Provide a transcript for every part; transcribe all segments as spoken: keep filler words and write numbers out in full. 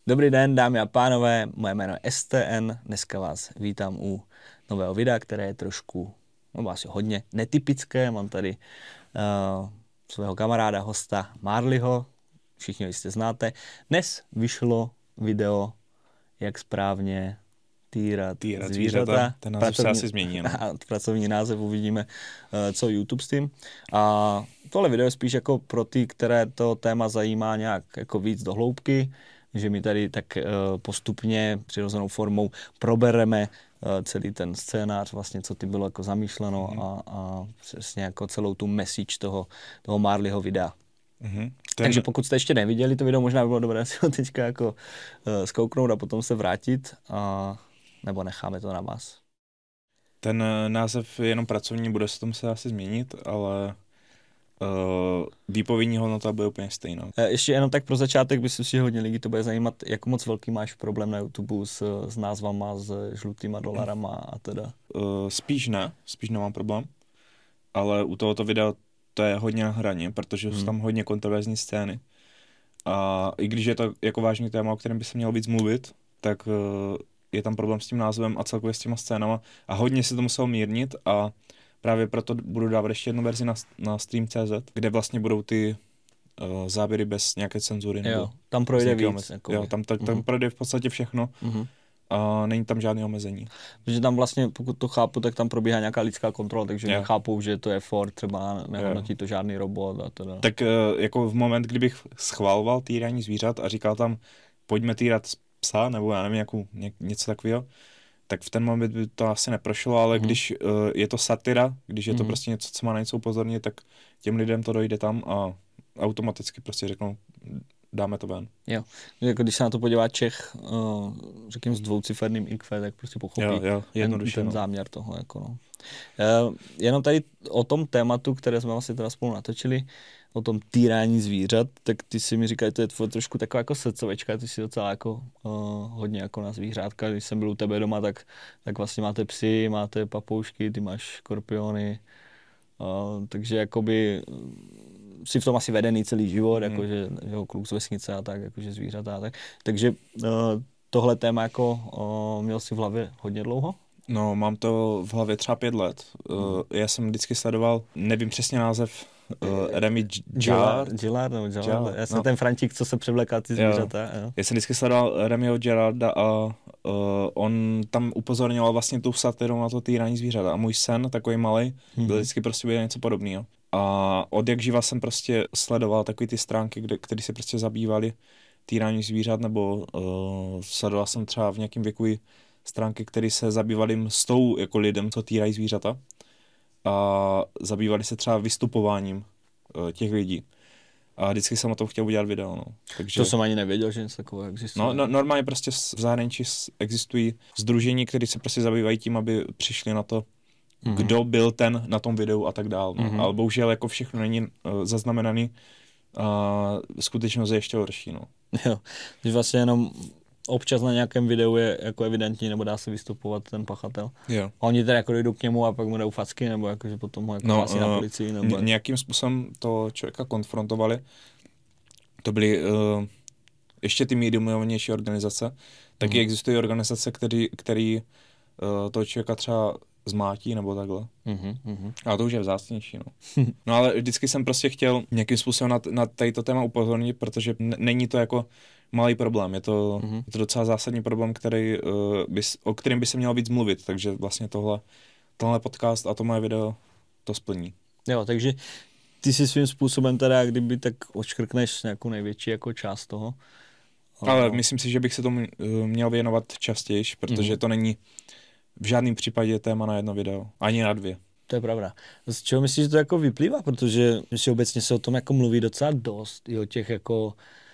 Dobrý den, dámy a pánové, moje jméno je S T N, dneska vás vítám u nového videa, které je trošku, no asi hodně netypické. Mám tady uh, svého kamaráda, hosta Marleyho, všichni ho jistě znáte. Dnes vyšlo video, jak správně týrat, týrat zvířata. zvířata. Ten název pracovní, se asi změní. No. Pracovní název uvidíme, uh, co YouTube s tím. A tohle video je spíš jako pro ty, které to téma zajímá nějak jako víc do hloubky, že my tady tak uh, postupně přirozenou formou probereme uh, celý ten scénář, vlastně co ty bylo jako zamýšleno mm. a, a přesně jako celou tu message toho, toho Marleyho videa. Mm-hmm. Ten... Takže pokud jste ještě neviděli to video, možná by bylo dobré si ho teďka jako uh, zkouknout a potom se vrátit, a, nebo necháme to na vás. Ten název je jenom pracovní, bude se tomu se asi změnit, ale Uh, výpovědní hodnota bude úplně stejná. Ještě jenom tak pro začátek, myslím si, že hodně lidí to bude zajímat, jak moc velký máš problém na YouTube s, s názvama, s žlutýma dolarama a teda. Uh, spíš ne, spíš nemám problém, ale u tohoto videa to je hodně na hraně, protože hmm. jsou tam hodně kontroverzní scény. A i když je to jako vážný téma, o kterém by se mělo víc mluvit, tak uh, je tam problém s tím názvem a celkově s těma scénama a hodně se to muselo mírnit a právě proto budu dávat ještě jednu verzi na, na stream tečka cé zet, kde vlastně budou ty uh, záběry bez nějaké cenzury. Nebo jo, tam projde víc. Jo, tam, tam, tam uh-huh. projde v podstatě všechno uh-huh. a není tam žádné omezení. Protože tam vlastně, pokud to chápu, tak tam probíhá nějaká lidská kontrola, takže jo. Nechápou, že to je Ford, třeba nehodnotí to žádný robot a teda. Tak uh, jako v moment, kdybych schvaloval týrání zvířat a říkal tam, pojďme týrat psa, nebo já nevím, nějakou, ně, něco takového, tak v ten moment by to asi neprošlo, ale mm. když uh, je to satira, když je to mm. prostě něco, co má na něco upozornit, tak těm lidem to dojde tam a automaticky prostě řeknou, dáme to ven. Jo, jako když se na to podívá Čech, uh, řekněme s dvouciferným I Q, tak prostě pochopí jo, jo, ten, ten no. záměr toho. Jako no. uh, jenom tady o tom tématu, které jsme vlastně teda spolu natočili, o tom týrání zvířat, tak ty si mi říkali, to je tvoje trošku taková jako srdcovečka, ty si docela jako uh, hodně jako na zvířátka. Když jsem byl u tebe doma, tak, tak vlastně máte psy, máte papoušky, ty máš škorpiony, uh, takže jakoby si v tom asi vedený celý život, mm. jakože že kluk z vesnice a tak, jakože zvířata a tak. Takže uh, tohle téma jako uh, měl jsi v hlavě hodně dlouho? No, mám to v hlavě třeba pět let. Uh, já jsem vždycky sledoval, nevím přesně název, uh, Remy Gillard. Gillard, nebo Gillard. Já jsem no. ten Frantík, co se převléká ty zvířata. Jo. Jo. Já jsem vždycky sledoval Remyho Gillarda a uh, on tam upozorňoval vlastně tu satirou na to týrání zvířata. A můj sen, takový malý, mm-hmm. byl vždycky prostě byl něco podobného. A od jak živa jsem prostě sledoval takové ty stránky, kde, které se prostě zabývaly týrání zvířat, nebo uh, sledoval jsem třeba v nějakém věku stránky, které se zabývaly mstou jako lidem, co týrají zvířata. A zabývali se třeba vystupováním uh, těch lidí. A vždycky jsem o tom chtěl udělat video. No. Takže... To jsem ani nevěděl, že něco takového existuje. No, no, normálně prostě v zahraničí existují sdružení, které se prostě zabývají tím, aby přišli na to, mm-hmm. kdo byl ten na tom videu a tak dál. No. Mm-hmm. Ale bohužel jako všechno není uh, zaznamenaný a skutečnost je ještě horší. No. Jo, když vlastně jenom občas na nějakém videu je jako evidentní, nebo dá se vystupovat ten pachatel. Jo. A oni teda jako dojdou k němu a pak mu jdou facky, nebo jakože potom ho jako no, hlásí na policii. Nebo... Nějakým způsobem to člověka konfrontovali. To byly uh, ještě ty mediumovanější organizace. Taky mm. existují organizace, který, který uh, toho člověka třeba zmátí nebo takhle. Mm-hmm. Ale to už je vzácnější. No. no ale vždycky jsem prostě chtěl nějakým způsobem na, na tato téma upozornit, protože n- není to jako malý problém. Je to, mm-hmm. je to docela zásadní problém, který, uh, by, o kterém by se mělo víc mluvit. Takže vlastně tohle, tohle podcast a to moje video to splní. Jo, takže ty si svým způsobem teda, kdyby tak odškrkneš nějakou největší jako část toho. Ale myslím si, že bych se tomu uh, měl věnovat častěji, protože mm-hmm. to není v žádném případě téma na jedno video. Ani na dvě. To je pravda. Z čeho myslíš, že to jako vyplývá? Protože si obecně se o tom jako mluví docela dost. I o těch jako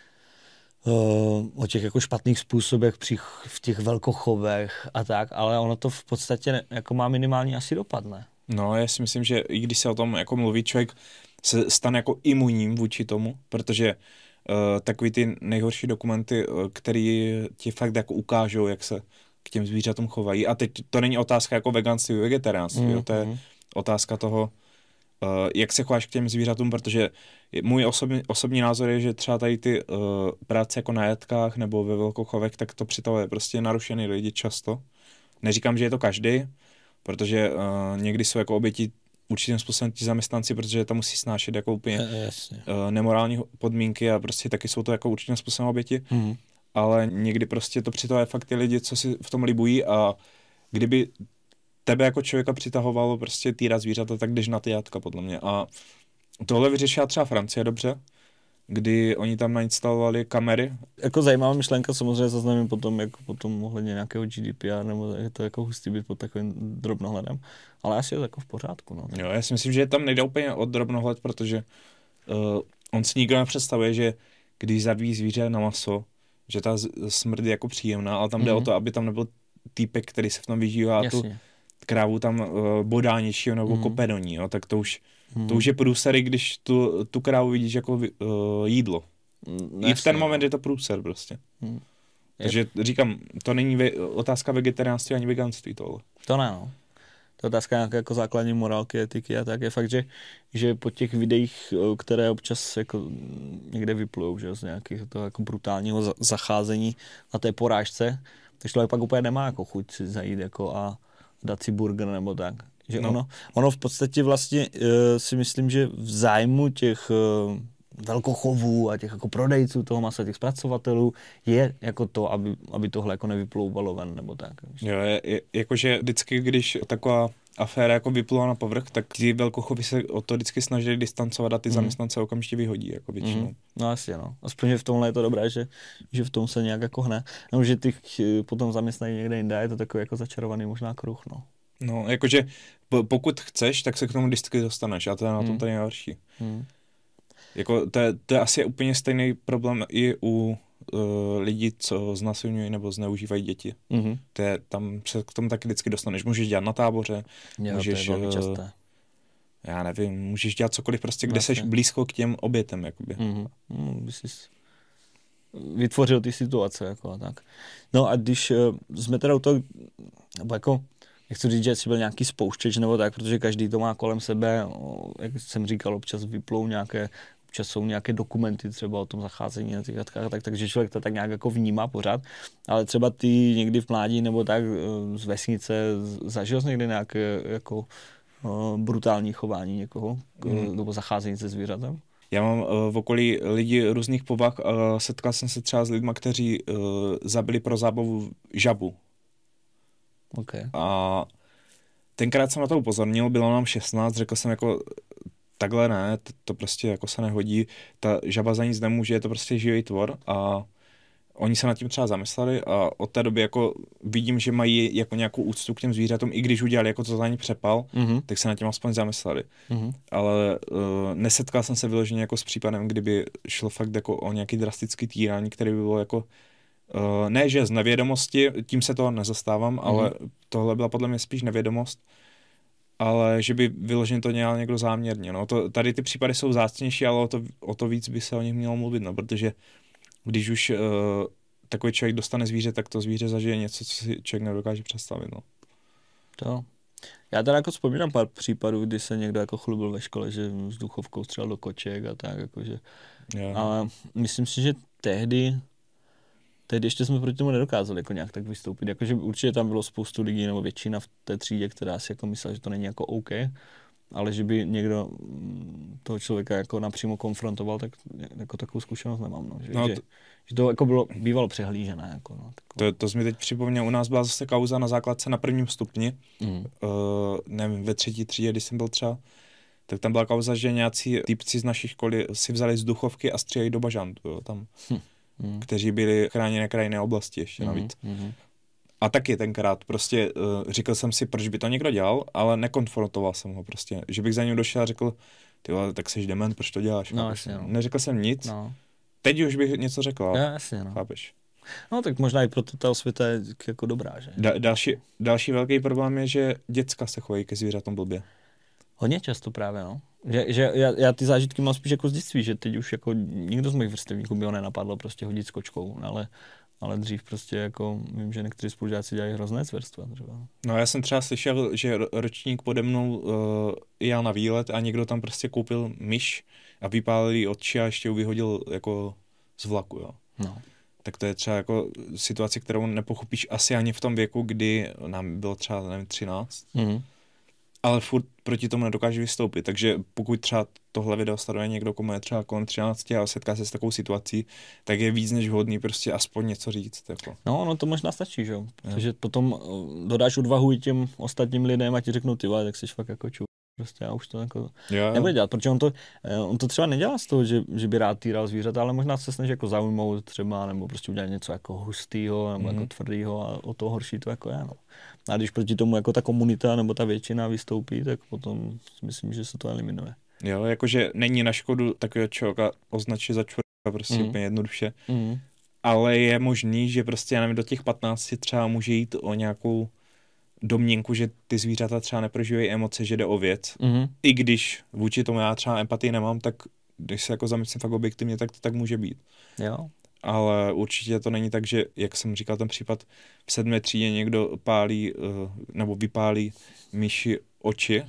uh, o těch jako špatných způsobech při, v těch velkochovech a tak, ale ono to v podstatě jako má minimální asi dopad, ne? No, já si myslím, že i když se o tom jako mluví, člověk se stane jako imunním vůči tomu, protože uh, takový ty nejhorší dokumenty, uh, který ti fakt jako ukážou, jak se k těm zvířatům chovají. A teď to není otázka jako veganství, vegetariánství, mm, jo, to je mm. otázka toho, jak se chováš k těm zvířatům, protože můj osobní, osobní názor je, že třeba tady ty uh, práce jako na jatkách nebo ve velkochovech, tak to přitahuje prostě narušený lidi často. Neříkám, že je to každý, protože uh, někdy jsou jako oběti určitým způsobem ti zaměstnanci, protože tam musí snášet jako úplně uh, nemorální podmínky a prostě taky jsou to jako určitým způsobem oběti. Mm. Ale někdy prostě to přitahuje fakt ty lidi, co si v tom libují a kdyby tebe jako člověka přitahovalo prostě týrat zvířata, tak jdeš na ty jatka, podle mě. A tohle vyřešila třeba Francie dobře, kdy oni tam nainstalovali kamery. Jako zajímavá myšlenka, samozřejmě zaznamením potom, jako potom ohledně nějakého G D P R, nebo je to jako hustý být pod takovým drobnohledem, ale asi je to jako v pořádku. No. Jo, já si myslím, že tam nejde úplně od drobnohled, protože uh, on si nikdo nepředstavuje, že když zabíjí zvíře na maso, že ta smrt je jako příjemná, ale tam mm-hmm. jde o to, aby tam nebyl týpek, který se v tom vyžívá a tu krávu tam uh, bodá něčího nebo mm. kope do ní, jo, tak to už, mm. to už je průsery, když tu, tu krávu vidíš jako uh, jídlo. Mm, I v ten moment je to průser prostě. Mm. Takže říkám, to není ve, otázka vegetariánství ani veganství tohle. To ne, no. To je otázka nějaké jako základní morálky, etiky a tak. Je fakt, že, že po těch videích, které občas jako někde vyplujou, že z nějakého toho jako brutálního zacházení na té porážce, tak člověk pak úplně nemá jako chuť si zajít jako a dát si burger nebo tak. Že no. ono, ono v podstatě vlastně uh, si myslím, že v zájmu těch uh, velkochovů a těch jako prodejců toho masa, těch zpracovatelů je jako to, aby, aby tohle jako nevyplouvalo ven nebo tak. Jo, je, je, jakože vždycky, když taková aféra jako vyplula na povrch, tak ti velkochovy se o to vždycky snažili distancovat a ty mm. zaměstnance okamžitě vyhodí, jako většinou. Mm. No asi no. Aspoň, že v tomhle je to dobré, že, že v tom se nějak jako hne. No, že ty potom zaměstnají někde jinde, je to takový jako začarovaný možná kruh, no. No, jakože pokud chceš, tak se k tomu vždycky dostaneš a to je na tom mm. tady nejhorší. Mm. Jako to je, to je asi úplně stejný problém i u uh, lidí, co znásilňují nebo zneužívají děti. Mm-hmm. To je, tam se k tomu taky vždycky dostaneš. Můžeš dělat na táboře, jo, můžeš, to je velmi časté. Já nevím, můžeš dělat cokoliv prostě, kde vlastně. Seš blízko k těm obětem, jakoby. Mm-hmm. Mm, by jsi vytvořil ty situace, jako a tak. No a když uh, jsme teda u toho, nebo jako nechci říct, že jsi byl nějaký spouštěč nebo tak, protože každý to má kolem sebe, jak jsem říkal, občas vyplou nějaké, občas jsou nějaké dokumenty třeba o tom zacházení na těch jatkách, tak, takže člověk to tak nějak jako vnímá pořád, ale třeba ty někdy v mládí nebo tak z vesnice zažil jsi někdy nějaké jako uh, brutální chování někoho, mm. nebo zacházení se zvířatem? Já mám uh, v okolí lidi různých povah, uh, setkal jsem se třeba s lidmi, kteří uh, zabili pro zábavu žabu. Okay. A tenkrát jsem na to upozornil, bylo nám šestnáct, řekl jsem jako takhle ne, to, to prostě jako se nehodí, ta žaba za nic nemůže, je to prostě živý tvor a oni se nad tím třeba zamysleli a od té doby jako vidím, že mají jako nějakou úctu k těm zvířatům, i když udělali jako to za ně přepal, mm-hmm. tak se nad tím aspoň zamysleli. Mm-hmm. Ale uh, nesetkal jsem se vyloženě jako s případem, kdyby šlo fakt jako o nějaký drastický týrání, který by bylo jako Uh, ne, že z nevědomosti, tím se toho nezastávám, mm. ale tohle byla podle mě spíš nevědomost, ale že by vyloženě to dělal někdo záměrně. No. To, tady ty případy jsou vzácnější, ale o to, o to víc by se o nich mělo mluvit, no, protože když už uh, takový člověk dostane zvíře, tak to zvíře zažije něco, co si člověk nedokáže představit. No. To. Já teda jako vzpomínám pár případů, kdy se někdo jako chlubil ve škole, že vzduchovkou střelil do koček a tak, jakože. Yeah. Ale myslím si, že tehdy Teď ještě jsme proti tomu nedokázali jako nějak tak vystoupit. Jakože určitě tam bylo spoustu lidí, nebo většina v té třídě, která si jako myslela, že to není jako OK, ale že by někdo toho člověka jako napřímo konfrontoval, tak jako takovou zkušenost nemám. No. Že, no to... Že, že to jako bylo, bývalo přehlížené. Jako, no, to, to jsi mi teď připomněl, u nás byla zase kauza na základce na prvním stupni, mm. uh, nevím, ve třetí třídě, když jsem byl třeba, tak tam byla kauza, že nějací týpci z naší školy si vzali vzduchovky a střílejí do bažantu, jo, tam. Hm. Hmm. Kteří byli chráněné krajinné oblasti ještě navíc. Hmm, hmm. A taky tenkrát prostě uh, říkal jsem si, proč by to někdo dělal, ale nekonfrontoval jsem ho prostě. Že bych za ním došel a řekl, ty vole, tak jsi dement, proč to děláš? No, jasně, no. Neřekl jsem nic. No. Teď už bych něco řekl, ale jasně, no. Chápeš. No tak možná i proto ta osvěta je jako dobrá, že? Da- další, další velký problém je, že děcka se chovají ke zvířatům blbě. Hodně často právě, no. Že, že já, já ty zážitky mám spíš jako z dětství, že teď už jako nikdo z mých vrstevníků by ho nenapadlo prostě hodit s kočkou, ale, ale dřív prostě jako vím, že někteří spolužáci dělají hrozné zvěrstva třeba. No já jsem třeba slyšel, že ročník pode mnou uh, jel na výlet a někdo tam prostě koupil myš a vypálil jí oči a ještě ji vyhodil jako z vlaku, jo. No. Tak to je třeba jako situace, kterou nepochopíš asi ani v tom věku, kdy nám bylo třeba, nevím, třináct. Mm. Ale furt proti tomu nedokáže vystoupit, takže pokud třeba tohle video sleduje někdo, komu je třeba kolem třinácti a setká se s takovou situací, tak je víc než vhodný prostě aspoň něco říct. Jako. No, no to možná stačí, že jo, protože potom dodáš odvahu i těm ostatním lidem a ti řeknou, ty vole, tak jsi fakt jako ču. Prostě já už to jako jo, nebude dělat, protože on to, on to třeba nedělá z toho, že, že by rád týral zvířata, ale možná se snaží jako zaujmout třeba, nebo prostě udělat něco jako hustýho, nebo mm-hmm. jako tvrdýho a o to horší to jako je, no. A když proti tomu jako ta komunita nebo ta většina vystoupí, tak potom si myslím, že se to eliminuje. Jo, jakože není na škodu takového člověka označit za čurka, prostě mm-hmm. úplně jednoduše, mm-hmm. ale je možný, že prostě, já nevím, do těch patnácti třeba může jít o nějakou domněnku, že ty zvířata třeba neprožívají emoce, že jde o věc. Mm-hmm. I když vůči tomu já třeba empatii nemám, tak když se jako zamyslím fakt objektivně, tak to tak může být. Jo. Ale určitě to není tak, že, jak jsem říkal, ten případ v sedmé třídě někdo pálí nebo vypálí myši oči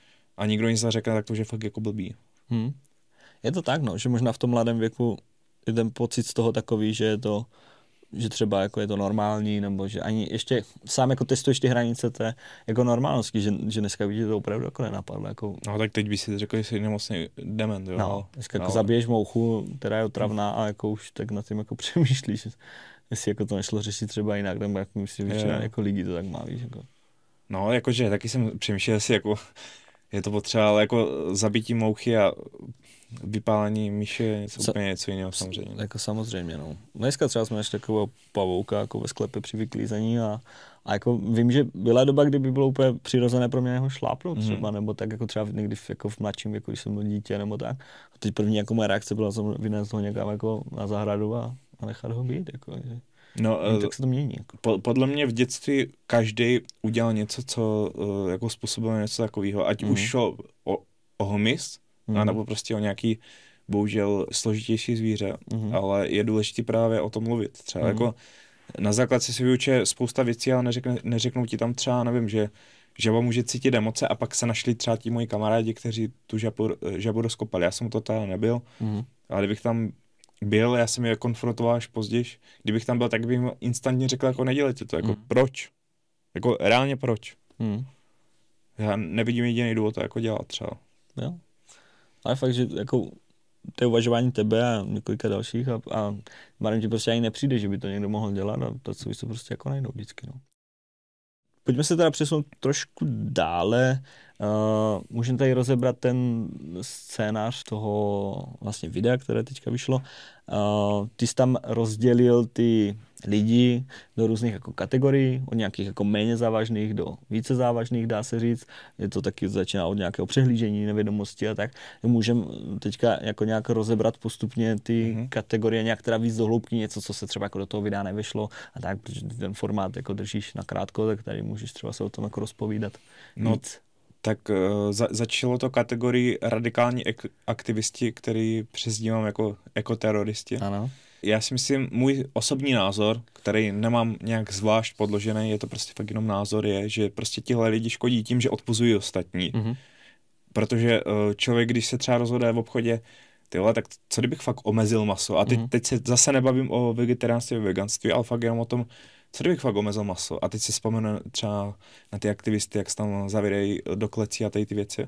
a nikdo nic neřekne, tak to už je fakt jako blbý. Hmm. Je to tak, no, že možná v tom mladém věku je ten pocit z toho takový, že je to že třeba jako je to normální, nebo že ani ještě sám jako testuješ ty hranice té jako normálnosti, že, že dneska vidíš to opravdu jako nenapadlo. Jako... No tak teď by si řekl, že jsi nemocný dement, jo. No, dneska jako no. zabiješ mouchu, která je otravná a jako už tak nad tím jako přemýšlíš, jestli jako to nešlo řešit třeba jinak, nebo jak myslím, že jako lidi to tak má, víš, jako. No jakože taky jsem přemýšlel, jestli jako je to potřeba, ale jako zabití mouchy a vypálení myši je něco Sa- úplně něco jiného samozřejmě. Jako samozřejmě, no. Dneska třeba jsme ještě takového pavouka jako ve sklepě při vyklízení a, a jako vím, že byla doba, kdy by bylo úplně přirozené pro mě jeho šlápnout mm. třeba, nebo tak jako třeba někdy v, jako v mladším věku, když jsem byl dítě nebo tak. A teď první jako moje reakce byla jsem vynést ho někam jako na zahradu a, a nechat ho být, jako, že no, nevím, tak se to mění. Jako. Po, podle mě v dětství každý udělal něco, co uh, jako způsobilo něco takového, ať mm. už šlo o, o hmyz, mm. anebo prostě o nějaký, bohužel, složitější zvíře, mm. ale je důležité právě o tom mluvit. Třeba mm. jako na základce si vyučuje spousta věcí, ale neřekne, neřeknou ti tam třeba, nevím, že žaba může cítit emoce a pak se našli třeba ti moji kamarádi, kteří tu žabu, žabu rozkopali. Já jsem to teda nebyl, mm. ale kdybych tam byl, já jsem je konfrontoval až později, kdybych tam byl, tak bych jim instantně řekl, jako nedělejte to, jako mm. proč? Jako reálně proč? Mm. Já nevidím jediný důvod to jako dělat třeba. Jo. Ale fakt, že jako to je uvažování tebe a několika dalších a, a Marem ti prostě ani nepřijde, že by to někdo mohl dělat a to se prostě jako najdou vždycky, no. Pojďme se teda přesunout trošku dále. Uh, můžeme tady rozebrat ten scénář toho vlastně videa, které teďka vyšlo. Uh, ty jsi tam rozdělil ty lidi do různých jako kategorií, od nějakých jako méně závažných do více závažných, dá se říct. Je to taky začíná od nějakého přehlížení, nevědomosti a tak. Můžeme teďka jako nějak rozebrat postupně ty mm-hmm. kategorie, nějak teda víc do hloubky, něco, co se třeba jako do toho videa nevyšlo a tak, protože ten formát jako držíš na krátko, tak tady můžeš třeba se o tom jako rozpovídat no. víc. Tak uh, za, začalo to kategorii radikální ek- aktivisti, který přezdívám jako ekoteroristi. Ano. Já si myslím, můj osobní názor, který nemám nějak zvlášť podložený, je to prostě fakt jenom názor, je, že prostě tihle lidi škodí tím, že odpuzují ostatní. Mm-hmm. Protože uh, člověk, když se třeba rozhoduje v obchodě, tyhle, tak co kdybych fakt omezil maso? A teď, mm-hmm. teď se zase nebavím o vegetariánství a veganství, ale fakt jenom o tom, co kdybych fakt omezil maso? A teď si vzpomenu třeba na ty aktivisty, jak se tam zavírají do klecí a tady ty věci.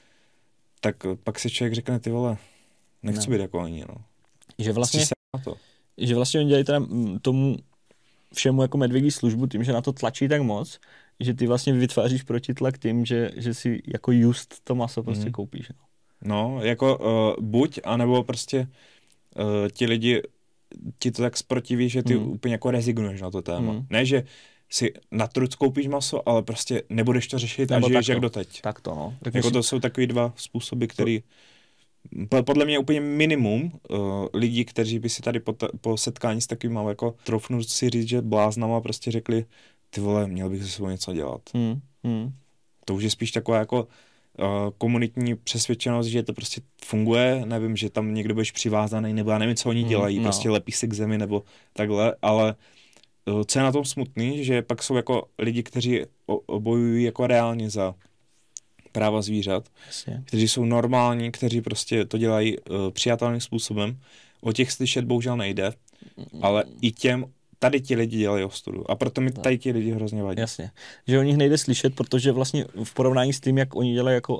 Tak pak si člověk řekne, ty vole, nechci no. být jako oni, no. Že vlastně, na to. že vlastně oni dělají teda tomu všemu jako medvědí službu tím, že na to tlačí tak moc, že ty vlastně vytváříš protitlak tím, že, že si jako just to maso prostě mm. koupíš. No, no jako uh, buď, anebo prostě uh, ti lidi ti to tak zprotiví, že ty mm. úplně jako rezignuješ na to téma. Mm. Ne, že si na truc koupíš maso, ale prostě nebudeš to řešit nebo a žiješ jak doteď. Tak to, no. Tak jako to jsou takový dva způsoby, který podle mě je úplně minimum uh, lidí, kteří by si tady po, ta, po setkání s takovým, ale jako troufnu si říct, že bláznama prostě řekli, ty vole, měl bych se svou něco dělat. Mm. Mm. To už je spíš taková jako uh, komunitní přesvědčenost, že to prostě funguje, nevím, že tam někdo budeš přivázaný, nebo já nevím, co oni dělají, mm, no. prostě lepí se k zemi, nebo takhle, ale uh, co je na tom smutný, že pak jsou jako lidi, kteří o, bojují jako reálně za práva zvířat, Jasně. kteří jsou normální, kteří prostě to dělají uh, přijatelným způsobem. O těch slyšet bohužel nejde, ale i těm, tady ti lidi dělají ostudu. A proto mi tady ti lidi hrozně vadí. Jasně. Že o nich nejde slyšet, protože vlastně v porovnání s tím, jak oni dělají jako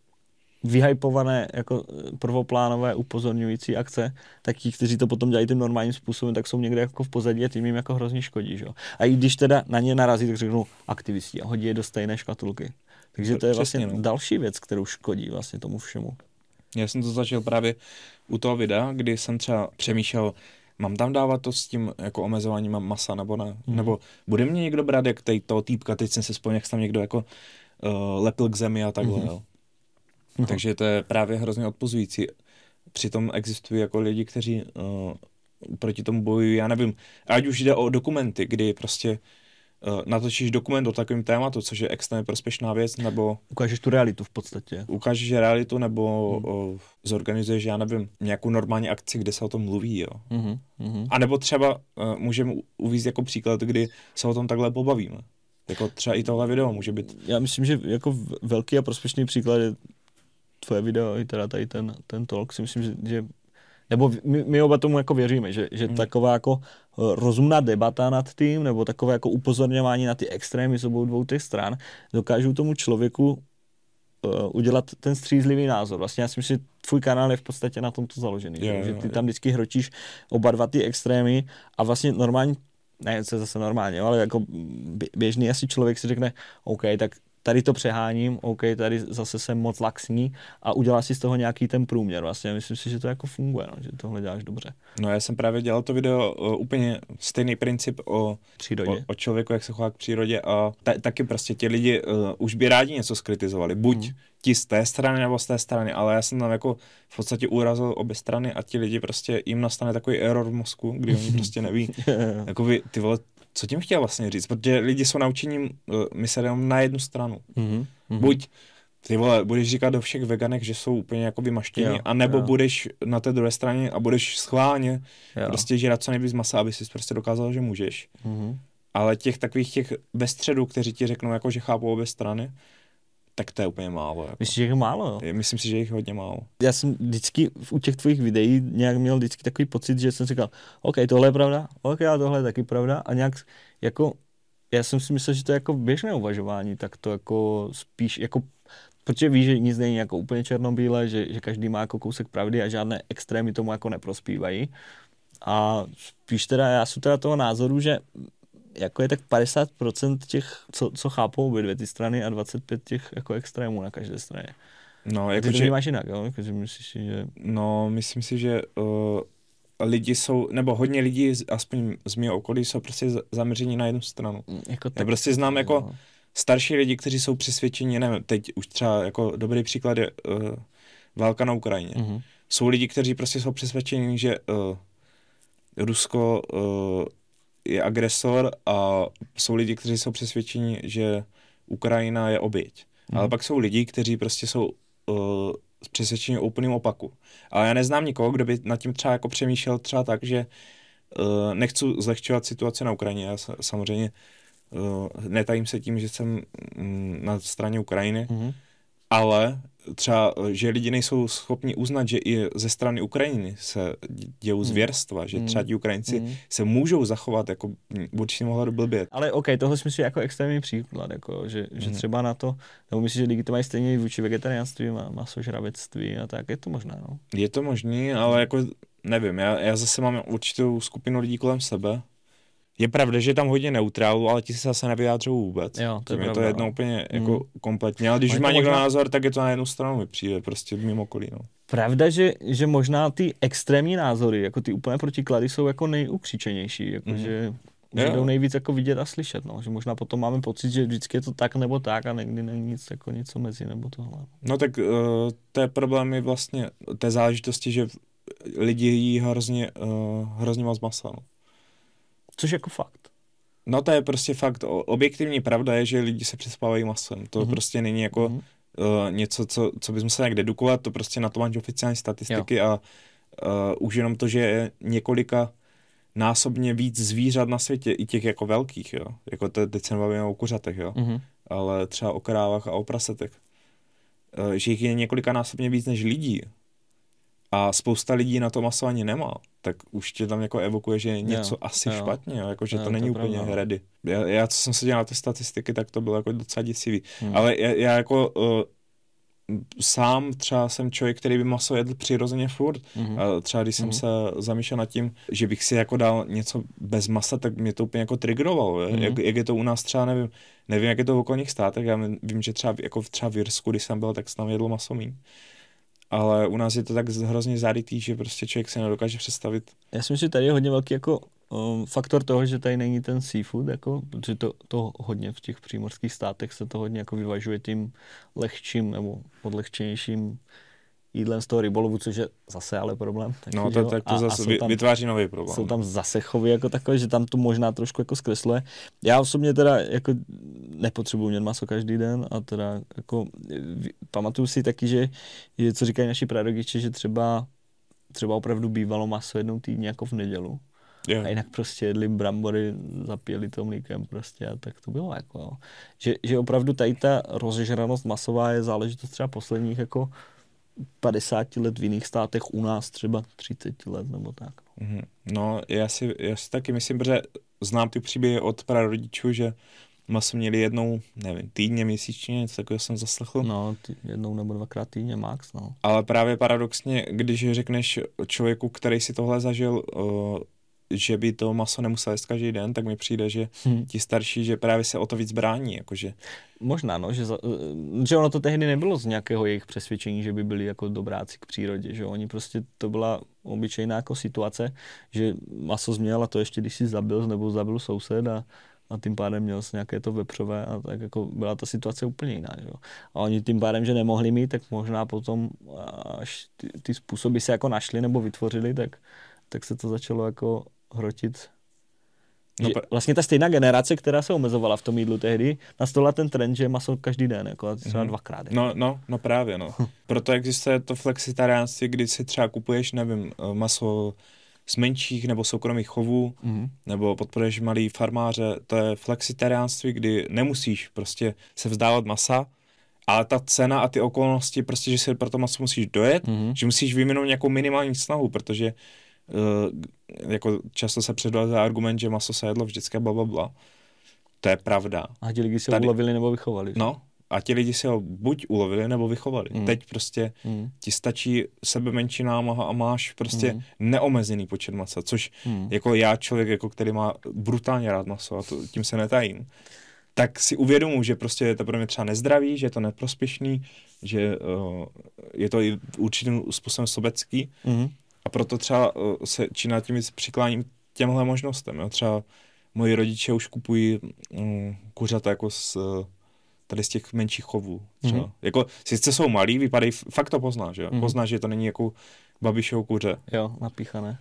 vyhypované, jako prvoplánové upozorňující akce, tak ti, kteří to potom dělají tím normálním způsobem, tak jsou někde jako v pozadí a tím jim jako hrozně škodí. Že? A i když teda na ně narazí, tak řeknou aktivisti a hodí je do stejné škatulky. Takže to je vlastně Přesně, no. další věc, kterou škodí vlastně tomu všemu. Já jsem to začal právě u toho videa, kdy jsem třeba přemýšlel, mám tam dávat to s tím jako omezováním masa nebo ne? Hmm. Nebo bude mě někdo brát jak tej, toho týpka, teď jsem si vzpomněl, jak tam někdo jako uh, lepil k zemi a takhle, hmm. jo. Hmm. Takže to je právě hrozně odpozující. Přitom existují jako lidi, kteří uh, proti tomu bojují, já nevím, ať už jde o dokumenty, kdy prostě natočíš dokument o takovém tématu, což je extrémně prospěšná věc, nebo... Ukážeš tu realitu v podstatě. Ukážeš realitu, nebo hmm. o, zorganizuješ, já nevím, nějakou normální akci, kde se o tom mluví, jo. Hmm. Hmm. A nebo třeba uh, můžeme uvést jako příklad, kdy se o tom takhle pobavíme. Jako třeba i tohle video může být... Já myslím, že jako velký a prospěšný příklad je tvoje video, i teda tady ten, ten talk, si myslím, že, že nebo my, my oba tomu jako věříme, že, že hmm. taková jako rozumná debata nad tím, nebo takové jako upozorňování na ty extrémy z obou dvou těch stran, dokážou tomu člověku uh, udělat ten střízlivý názor. Vlastně já si myslím, že tvůj kanál je v podstatě na tomto založený, je, že, je, že ty je. tam vždycky hročíš oba dva ty extrémy a vlastně normální, ne, co je zase normálně, ale jako běžný asi člověk si řekne, OK, tak tady to přeháním, OK, tady zase jsem moc laxní a udělá si z toho nějaký ten průměr. Vlastně myslím si, že to jako funguje, no, že tohle děláš dobře. No já jsem právě dělal to video uh, úplně stejný princip o, o, o člověku, jak se chová k přírodě a ta, taky prostě ti lidi uh, už by rádi něco skritizovali. Buď hmm. ti z té strany nebo z té strany, ale já jsem tam jako v podstatě urazil obě strany a ti lidi prostě jim nastane takový error v mozku, kdy oni prostě neví, jakoby ty vole, co tím chtěl vlastně říct, protože lidi jsou naučení uh, myslet jenom na jednu stranu. Mm-hmm. Buď ty vole, budeš říkat do všech veganek, že jsou úplně jako vymaštění, anebo jo. budeš na té druhé straně a budeš schválně jo. prostě žírat co nejvíc masa, aby si prostě dokázal, že můžeš. Mm-hmm. Ale těch takových těch ve středu, kteří ti řeknou, jako, že chápou obě strany, tak to je úplně málo. Jako. Myslíš, že je málo? Jo? Myslím si, že je jich hodně málo. Já jsem vždycky u těch tvojich videí nějak měl vždycky takový pocit, že jsem říkal, OK, tohle je pravda, OK, a tohle je taky pravda a nějak jako, já jsem si myslel, že to je jako běžné uvažování, tak to jako spíš jako, protože víš, že nic není jako úplně černobílé, že, že každý má jako kousek pravdy a žádné extrémy tomu jako neprospívají a spíš teda, já jsem teda toho názoru, že jako je tak padesát procent těch, co, co chápou obě dvě ty strany a dvacet pět těch jako extrémů na každé straně. No, jako ty to vnímáš jinak, jo? Jako, že myslíš, že... No, myslím si, že uh, lidi jsou, nebo hodně lidí, aspoň z mého okolí, jsou prostě zaměření na jednu stranu. Jako tak, Já prostě znám no. jako starší lidi, kteří jsou přesvědčeni, nevím, teď už třeba jako dobrý příklad je uh, válka na Ukrajině. Uh-huh. Jsou lidi, kteří prostě jsou přesvědčeni, že uh, Rusko uh, je agresor a jsou lidi, kteří jsou přesvědčeni, že Ukrajina je oběť. Mm. Ale pak jsou lidi, kteří prostě jsou uh, přesvědčeni o úplným opaku. Ale já neznám nikoho, kdo by nad tím třeba jako přemýšlel třeba tak, že uh, nechci zlehčovat situaci na Ukrajině. Já samozřejmě uh, netajím se tím, že jsem um, na straně Ukrajiny, mm. ale třeba, že lidi nejsou schopni uznat, že i ze strany Ukrajiny se dějou zvěrstva, mm. že třeba ti Ukrajinci mm. se můžou zachovat jako určitě mohlo blbě. Ale OK, tohle si myslím jako extrémní příklad, jako, že, mm. že třeba na to, nebo myslím, že lidi to mají stejně vůči vegetariánství, masožravectví a tak, je to možné, no? Je to možný, ale jako nevím, já, já zase mám určitou skupinu lidí kolem sebe. Je pravda, že je tam hodně neutrálu, ale ti se zase nevyjádřují vůbec. Jo, to je pravda, to je jedno no. úplně jako mm. kompletně, ale když ale má někdo možná... názor, tak je to na jednu stranu mi přijde, prostě mimo okolí, no. Pravda, že, že možná ty extrémní názory, jako ty úplně protiklady, jsou jako nejukřičenější, jako mm. že, že jdou nejvíc jako vidět a slyšet, no. Že možná potom máme pocit, že vždycky je to tak nebo tak a někdy není nic jako něco mezi nebo tohle. No tak uh, to je problém je vlastně té záležitosti, že lidi jí hrozně, uh, hrozně moc masa, no. Což jako fakt. No to je prostě fakt, objektivní pravda je, že lidi se přespávají masem, to mm-hmm. prostě není jako, mm-hmm. uh, něco, co, co bys musel nějak dedukovat, to prostě na to máš oficiální statistiky jo. a uh, už jenom to, že je několika násobně víc zvířat na světě, i těch jako velkých, jo. Jako to, teď se nebavíme o kuřatech, jo. Mm-hmm. Ale třeba o krávách a o prasetech. Uh, že jich je několika násobně víc než lidí. A spousta lidí na to maso ani nemá, tak už tě tam jako evokuje, že je něco jo, asi jo. špatně, jo, jako, že jo, to není to úplně pravda. Ready. Já, já, co jsem se dělal na ty statistiky, tak to bylo jako docela děsivý. Hmm. Ale já, já jako uh, sám třeba jsem člověk, který by maso jedl přirozeně furt. Hmm. A třeba když jsem hmm. se zamýšlel nad tím, že bych si jako dal něco bez masa, tak mě to úplně jako triggerovalo. Hmm. Jak, jak je to u nás třeba, nevím, nevím, jak je to v okolních státech, já vím, že třeba, jako třeba v Irsku, když jsem byl, tak jsem tam jedl maso míň. Ale u nás je to tak hrozně zárytý, že prostě člověk se nedokáže představit. Já si myslím, že tady je hodně velký jako um, faktor toho, že tady není ten seafood, jako, protože to, to hodně v těch přímořských státech se to hodně jako vyvažuje tím lehčím nebo odlehčenějším jídlem z toho rybolovu, což je zase ale problém. Taky, no to, tak to a, zase a tam, vytváří nový problém. Jsou tam zase chovy jako takové, že tam to možná trošku jako zkresluje. Já osobně teda jako nepotřebuji mět maso každý den a teda jako pamatuju si taky, že, že co říkají naši prarodiče, že třeba třeba opravdu bývalo maso jednou týdně jako v nedělu. Yeah. A jinak prostě jedli brambory, zapíjeli to mlíkem prostě a tak to bylo jako, jo. Že, že opravdu tady ta rozežranost masová je záležitost třeba posledních jako padesát let v jiných státech, u nás třeba třicet let nebo tak. Mm-hmm. No, já si, já si taky myslím, protože znám ty příběhy od prarodičů, že maso měli jednou, nevím, týdně, měsíčně, něco takového jsem zaslechl. No, ty, jednou nebo dvakrát týdně max, no. Ale právě paradoxně, když řekneš člověku, který si tohle zažil, uh, že by to maso nemusel jíst každý den, tak mi přijde, že hmm. ti starší, že právě se o to víc brání, jakože. Možná, no, že, za, že ono to tehdy nebylo z nějakého jejich přesvědčení, že by byli jako dobráci k přírodě, že oni prostě, to byla obyčejná jako situace, že maso změl a to ještě když si zabil nebo zabil soused a, a tím pádem měl jsi nějaké to vepřové a tak jako byla ta situace úplně jiná, že jo. A oni tím pádem, že nemohli mít, tak možná potom až ty, ty způsoby se jako našli nebo vytvořili, tak, tak se to začalo jako hrotit. No, že vlastně ta stejná generace, která se omezovala v tom jídlu tehdy, nastala ten trend, že je maso každý den, jako třeba mm-hmm. dvakrát. No, no, no právě, no. Proto existuje to flexitariánství, kdy si třeba kupuješ, nevím, maso z menších nebo soukromých chovů, mm-hmm. nebo podporuješ malý farmáře, to je flexitariánství, kdy nemusíš prostě se vzdávat masa, ale ta cena a ty okolnosti, prostě, že si pro to maso musíš dojet, mm-hmm. že musíš vyvinout nějakou minimální snahu, protože Uh, jako často se předvádí argument, že maso se jedlo vždycky blablabla. To je pravda. A ti lidi si ho Tady... ulovili nebo vychovali. No, a ti lidi si ho buď ulovili nebo vychovali. Mm. Teď prostě mm. ti stačí sebe menší námaha a máš prostě mm. neomezený počet masa, což mm. jako já, člověk, jako který má brutálně rád maso a to, tím se netajím, tak si uvědomuji, že prostě je to pro mě třeba nezdravý, že je to neprospěšný, že uh, je to i určitým způsobem sobecký. Mm. A proto třeba uh, se čím tím přikláním těmhle možnostem. Jo? Třeba moji rodiče už kupují um, kuřata jako z, tady z těch menších chovů. Třeba. Mm-hmm. Jako, sice jsou malí, vypadají, fakt to poznáš, že? Mm-hmm. Poznáš, že to není jako Babišovo kuře. Jo, napíchané.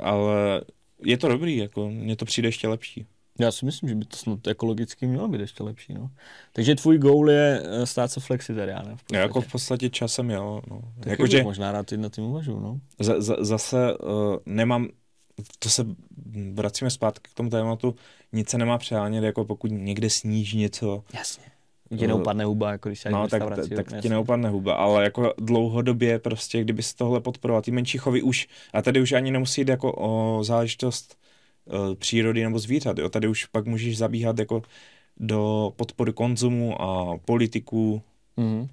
Ale je to dobrý, jako mně to přijde ještě lepší. Já si myslím, že by to snad ekologicky mělo být ještě lepší, no. Takže tvůj goal je stát se flexitariánem. V jako v podstatě časem, jo. No. Tak jako, že možná rád na tím uvažuji, no. Z, z, zase uh, nemám, to se vracíme zpátky k tomu tématu, nic se nemá přehánět, jako pokud někde sníží něco. Jasně. Ti neupadne huba, jako když se no, tak, tak, tak ti neupadne huba, ale jako dlouhodobě prostě, kdyby se tohle podporoval, ty menší chovy už, a tady už ani nemusí jít jako o záležitost uh, přírody nebo zvířat, jo, tady už pak můžeš zabíhat jako do podpory konzumu a politiků. Mm-hmm.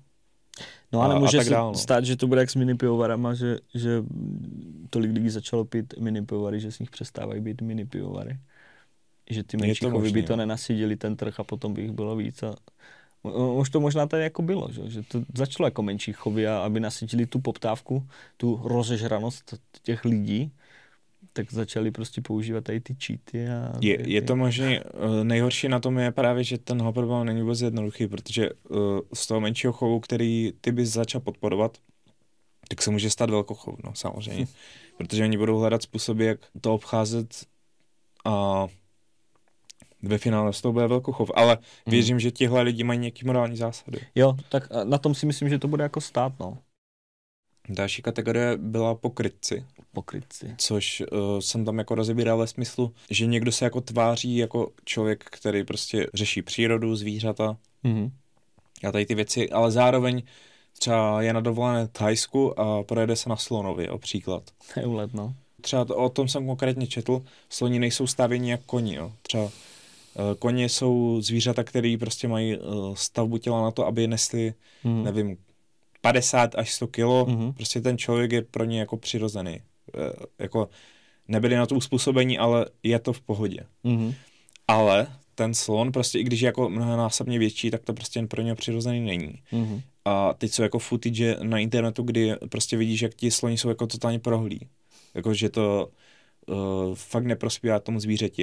No a nemůže a se dál, no. stát, že to bude jak s mini pivovarama, že, že tolik lidí začalo pít mini pivovary, že z nich přestávají být mini pivovary. Že ty menší chovy možný, by to nenasytili ten trh a potom by jich bylo víc. A už to možná tady jako bylo, že, že to začalo jako menší chovy a aby nasytili tu poptávku, tu rozežranost těch lidí, tak začali prostě používat tady ty cheaty. A je, ty, je to možný, nejhorší na tom je právě, že ten problém není vůbec jednoduchý, protože uh, z toho menšího chovu, který ty bys začal podporovat, tak se může stát velkochov, no samozřejmě. Hm. Protože oni budou hledat způsoby, jak to obcházet a ve finále z toho bude velkochov, ale věřím, hmm. že tihle lidi mají nějaký morální zásady. Jo, tak na tom si myslím, že to bude jako stát, no. Další kategorie byla pokrytci. Pokrytci. Což uh, jsem tam jako rozebíral ve smyslu, že někdo se jako tváří jako člověk, který prostě řeší přírodu, zvířata mm-hmm. a tady ty věci, ale zároveň třeba je na dovolené v Thajsku a projede se na slonovi, o příklad. To je úlet, no. Třeba to, o tom jsem konkrétně četl, sloni nejsou stavěni jak koni, jo. Třeba uh, koně jsou zvířata, které prostě mají uh, stavbu těla na to, aby nesli, mm. nevím, padesát až sto kilo, mm-hmm. prostě ten člověk je pro ně jako přirozený. E, jako nebyli na to uspůsobení, ale je to v pohodě. Mm-hmm. Ale ten slon prostě, i když je jako mnohonásobně větší, tak to prostě pro něj přirozený není. Mm-hmm. A teď jsou jako footage na internetu, kdy prostě vidíš, jak ti sloni jsou jako totálně prohlí. Jako, že to uh, fakt neprospívá tomu zvířeti.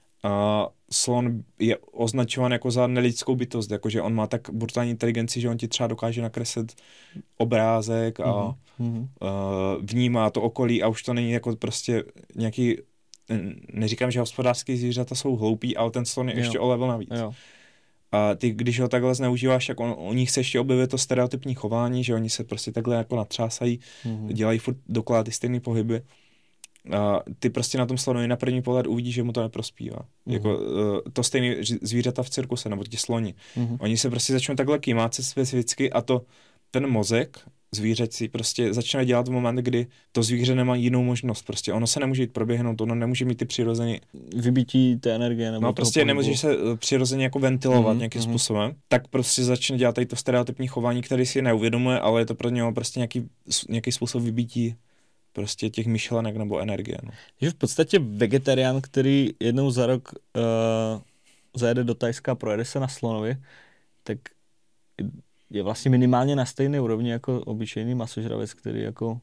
A slon je označován jako za nelidskou bytost, jakože on má tak brutální inteligenci, že on ti třeba dokáže nakreslit obrázek a mm-hmm. uh, vnímá to okolí a už to není jako prostě nějaký, neříkám, že hospodářské zvířata jsou hloupí, ale ten slon je jo. ještě o level navíc. Jo. A ty, když ho takhle zneužíváš, tak on, u nich se ještě objevuje to stereotypní chování, že oni se prostě takhle jako natřásají, mm-hmm. dělají furt dokola ty stejné pohyby. A ty prostě na tom slonovi na první pohled uvidíš, že mu to neprospívá. Mm-hmm. Jako uh, to stejné zvířata v cirkuse, nebo ti sloni. Mm-hmm. Oni se prostě začnou takhle kýmácet specificky a to ten mozek zvířecí prostě začne dělat v moment, kdy to zvíře nemá jinou možnost. Prostě ono se nemůže jít proběhnout, ono nemůže mít ty přirozené vybití té energie. Nebo no prostě nemůže se přirozeně jako ventilovat mm-hmm. nějakým mm-hmm. způsobem. Tak prostě začne dělat tady to stereotypní chování, který si neuvědomuje, ale je to pro něho prostě nějaký, nějaký způsob vybití prostě těch myšlenek nebo energie. No. Že v podstatě vegetarián, který jednou za rok uh, zajede do Thajska a projede se na slonovi, tak je vlastně minimálně na stejné úrovni jako obyčejný masožravec, který jako...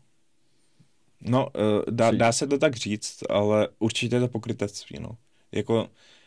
No, uh, dá, dá se to tak říct, ale určitě je to pokrytectví, no. Jako,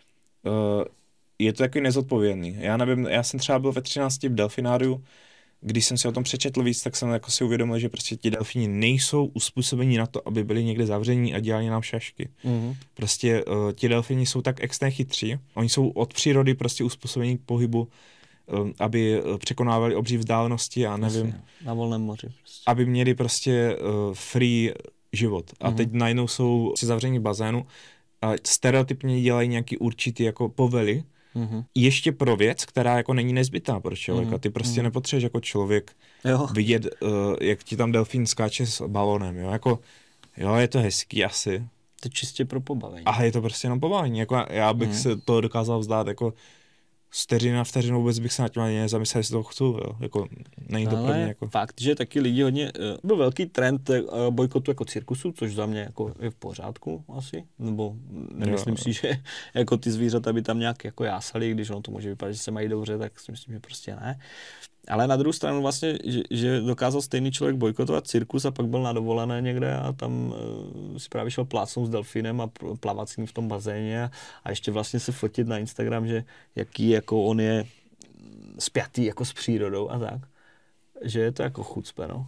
uh, je to takový nezodpovědný. Já nevím, já jsem třeba byl ve třinácti v delfináriu, když jsem si o tom přečetl víc, tak jsem jako si uvědomil, že prostě ti delfíni nejsou uspůsobení na to, aby byli někde zavření a dělali nám šašky. Mm-hmm. Prostě uh, ti delfíni jsou tak extrémně chytří, oni jsou od přírody prostě uspůsobení k pohybu, um, aby překonávali obří vzdálenosti a nevím. Jasně, na volném moři. Prostě. Aby měli prostě uh, free život. A mm-hmm. teď najednou jsou při zavření bazénu a stereotypně dělají nějaký určitý jako povely, mm-hmm. ještě pro věc, která jako není nezbytná pro člověka. Mm-hmm. Ty prostě mm-hmm. nepotřebuješ jako člověk jo. vidět, uh, jak ti tam delfín skáče s balonem, jo, jako, jo, je to hezký asi. To je čistě pro pobavení. A je to prostě jenom pobavení, jako já bych mm-hmm. se to dokázal vzdát, jako z vteřiny na vteřinu vůbec bych se na tím ani nezamyslel, jestli to chci, jo, jako není to pro mě jako... fakt, že taky lidi hodně, byl velký trend bojkotu jako cirkusu, což za mě jako je v pořádku asi, nebo nemyslím jo, si, že jako ty zvířata by tam nějak jako jásali, když ono to může vypadat, že se mají dobře, tak si myslím, že prostě ne. Ale na druhou stranu vlastně, že, že dokázal stejný člověk bojkotovat cirkus a pak byl na dovolené někde a tam uh, si právě šel plácnout s delfínem a plavat s ním v tom bazéně a, a ještě vlastně se fotit na Instagram, že jaký jako on je spjatý jako s přírodou a tak. Že je to jako chucpe, no.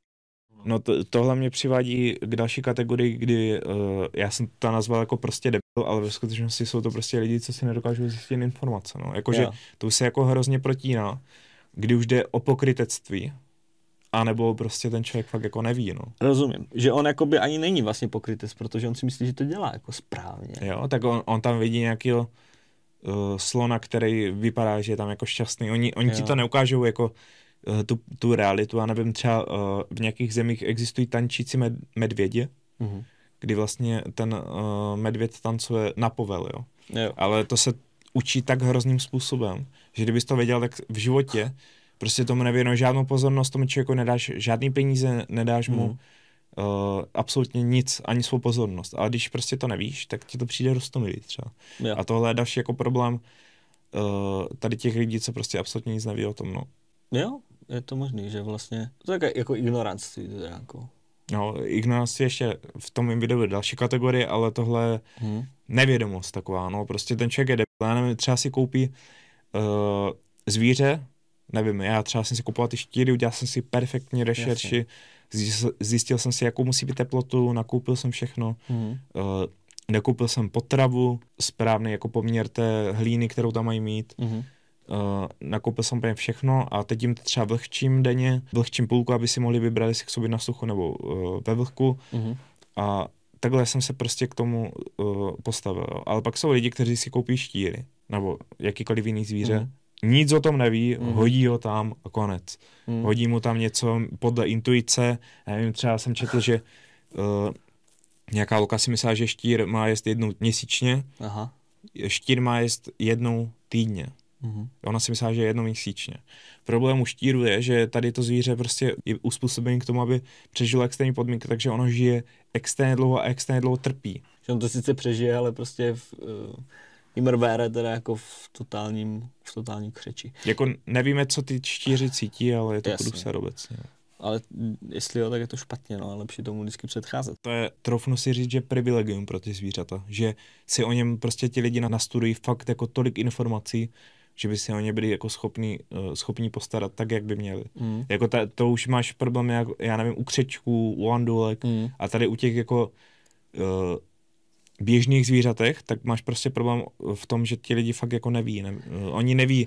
No to, tohle mě přivádí k další kategorii, kdy uh, já jsem to nazval jako prostě debil, ale ve skutečnosti jsou to prostě lidi, co si nedokážou zjistit informace, no. Jakože to se jako hrozně protíná, kdy už jde o pokrytectví, anebo prostě ten člověk fakt jako neví, no. Rozumím, že on jakoby ani není vlastně pokrytec, protože on si myslí, že to dělá jako správně. Jo, tak on, on tam vidí nějakýho uh, slona, který vypadá, že je tam jako šťastný. Oni, oni ti to neukážou jako uh, tu, tu realitu, já nevím, třeba uh, v nějakých zemích existují tančící med, medvědi, uh-huh. kdy vlastně ten uh, medvěd tancuje na povel, jo. jo. Ale to se učí tak hrozným způsobem, že kdybys to věděl, tak v životě prostě tomu nevěnuješ žádnou pozornost, tomu člověku nedáš žádný peníze, nedáš mu mm. uh, absolutně nic, ani svou pozornost. Ale když prostě to nevíš, tak ti to přijde roztomilý třeba. Jo. A tohle je další jako problém uh, tady těch lidí, co prostě absolutně nic neví o tom, no. Jo, je to možný, že vlastně, to je také jako ignoranství, to je jako... No, ignoranství ještě v tom mým videu je další kategorie, ale tohle je hmm. nevědomost taková, no, prostě ten člověk je debil, já nevím, třeba si koupí uh, zvíře, nevím, já třeba jsem si kupoval ty štíry, udělal jsem si perfektní rešerši, zjistil, zjistil jsem si, jakou musí být teplotu, nakoupil jsem všechno, hmm. uh, Nekoupil jsem potravu, správný jako poměr té hlíny, kterou tam mají mít. Mm-hmm. Uh, nakoupil jsem úplně všechno a teď jim to třeba vlhčím denně, vlhčím půlku, aby si mohli vybrat, jestli chcou být na suchu nebo uh, ve vlhku. Mm-hmm. A takhle jsem se prostě k tomu uh, postavil. Ale pak jsou lidi, kteří si koupí štíry nebo jakýkoliv jiný zvíře. Mm. Nic o tom neví, mm. hodí ho tam a konec. Mm. Hodí mu tam něco podle intuice. Já nevím, třeba jsem četl, že uh, nějaká loka si myslela, že štír má jíst jednou měsíčně. Aha. Štír má jíst jednou týdně. Mm. Ona si myslela, že je jednou měsíčně. Problém u štíru je, že tady to zvíře prostě je uspůsobené k tomu, aby přežilo extrémní podmínky, takže ono žije extrémně dlouho a extrémně dlouho trpí. Že on to sice přežije, ale prostě v, uh, imrvére teda jako v totálním, v totální křeči. Jako nevíme, co ty štíři cítí, ale je to průser obecně. Ale jestli jo, tak je to špatně, no, ale lepší tomu vždycky předcházet. To je, troufnu si říct, že privilegium pro ty zvířata, že si o něm prostě ti lidi nastudují fakt jako tolik informací, že by si o ně byli jako schopní, uh, schopní postarat tak, jak by měli. Mm. Jako ta, to už máš problém, jak, já nevím, u křečků, u andulek mm. a tady u těch jako uh, běžných zvířatech, tak máš prostě problém v tom, že ti lidi fakt jako neví. Ne, uh, oni neví,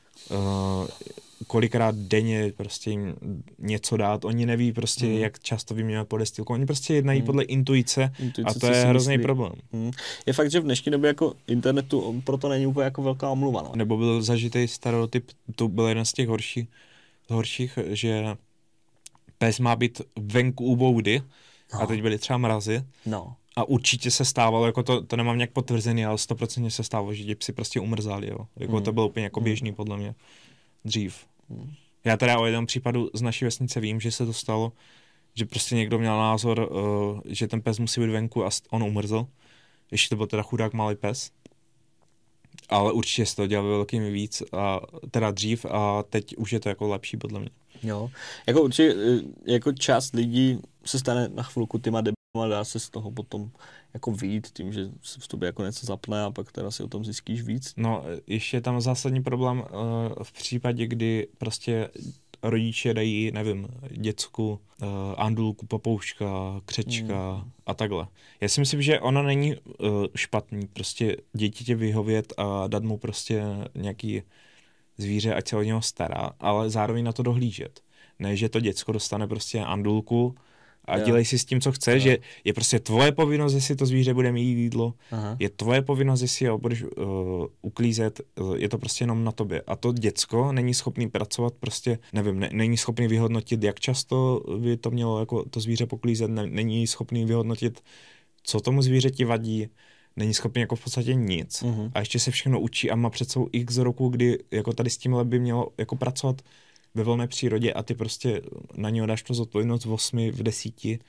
uh, kolikrát denně prostě jim něco dát, oni neví prostě, mm. jak často vyměňovat podestýlku, oni prostě jednají mm. podle intuice, intuice a to je hrozný problém. Mm. Je fakt, že v dnešní době jako internetu proto není úplně jako velká omluva. No. Nebo byl zažitý stereotyp, to byl jeden z těch horší, horších, že pes má být venku u boudy no. a teď byly třeba mrazy. No. A určitě se stávalo, jako to, to nemám nějak potvrzený, ale sto procent se stávalo, že ti psi prostě umrzali, jo. Jako mm. to bylo úplně jako běžný podle mě dřív. Mm. Já teda o jednom případu z naší vesnice vím, že se to stalo, že prostě někdo měl názor, uh, že ten pes musí být venku a on umrzl. Ještě to byl teda chudák malý pes. Ale určitě se to dělalo velkými víc, a teda dřív a teď už je to jako lepší podle mě. Jo, jako určitě, jako část lidí se stane na chvilku těma debilama, dá se z toho potom jako vyjít tím, že se v tobě jako něco zapne a pak teda si o tom zjistíš víc. No, ještě je tam zásadní problém uh, v případě, kdy prostě rodiče dají, nevím, děcku, uh, andulku, papouška, křečka mm. a takhle. Já si myslím, že ono není uh, špatný prostě dítěti vyhovět a dát mu prostě nějaký zvíře, ať se o něho stará, ale zároveň na to dohlížet. Ne, že to děcko dostane prostě andulku a jo. dělej si s tím, co chce, jo. že je prostě tvoje povinnost, jestli to zvíře bude mít jídlo, Aha. je tvoje povinnost, jestli ho budeš uh, uklízet, uh, je to prostě jenom na tobě. A to děcko není schopný pracovat prostě, nevím, ne, není schopný vyhodnotit, jak často by to mělo jako to zvíře poklízet, ne, není schopný vyhodnotit, co tomu zvířeti vadí, není schopný jako v podstatě nic. Uh-huh. A ještě se všechno učí a má před sebou x roku, kdy jako tady s tímhle by mělo jako pracovat ve volné přírodě a ty prostě na něho dáš to zodpovědnost v osmi, v desíti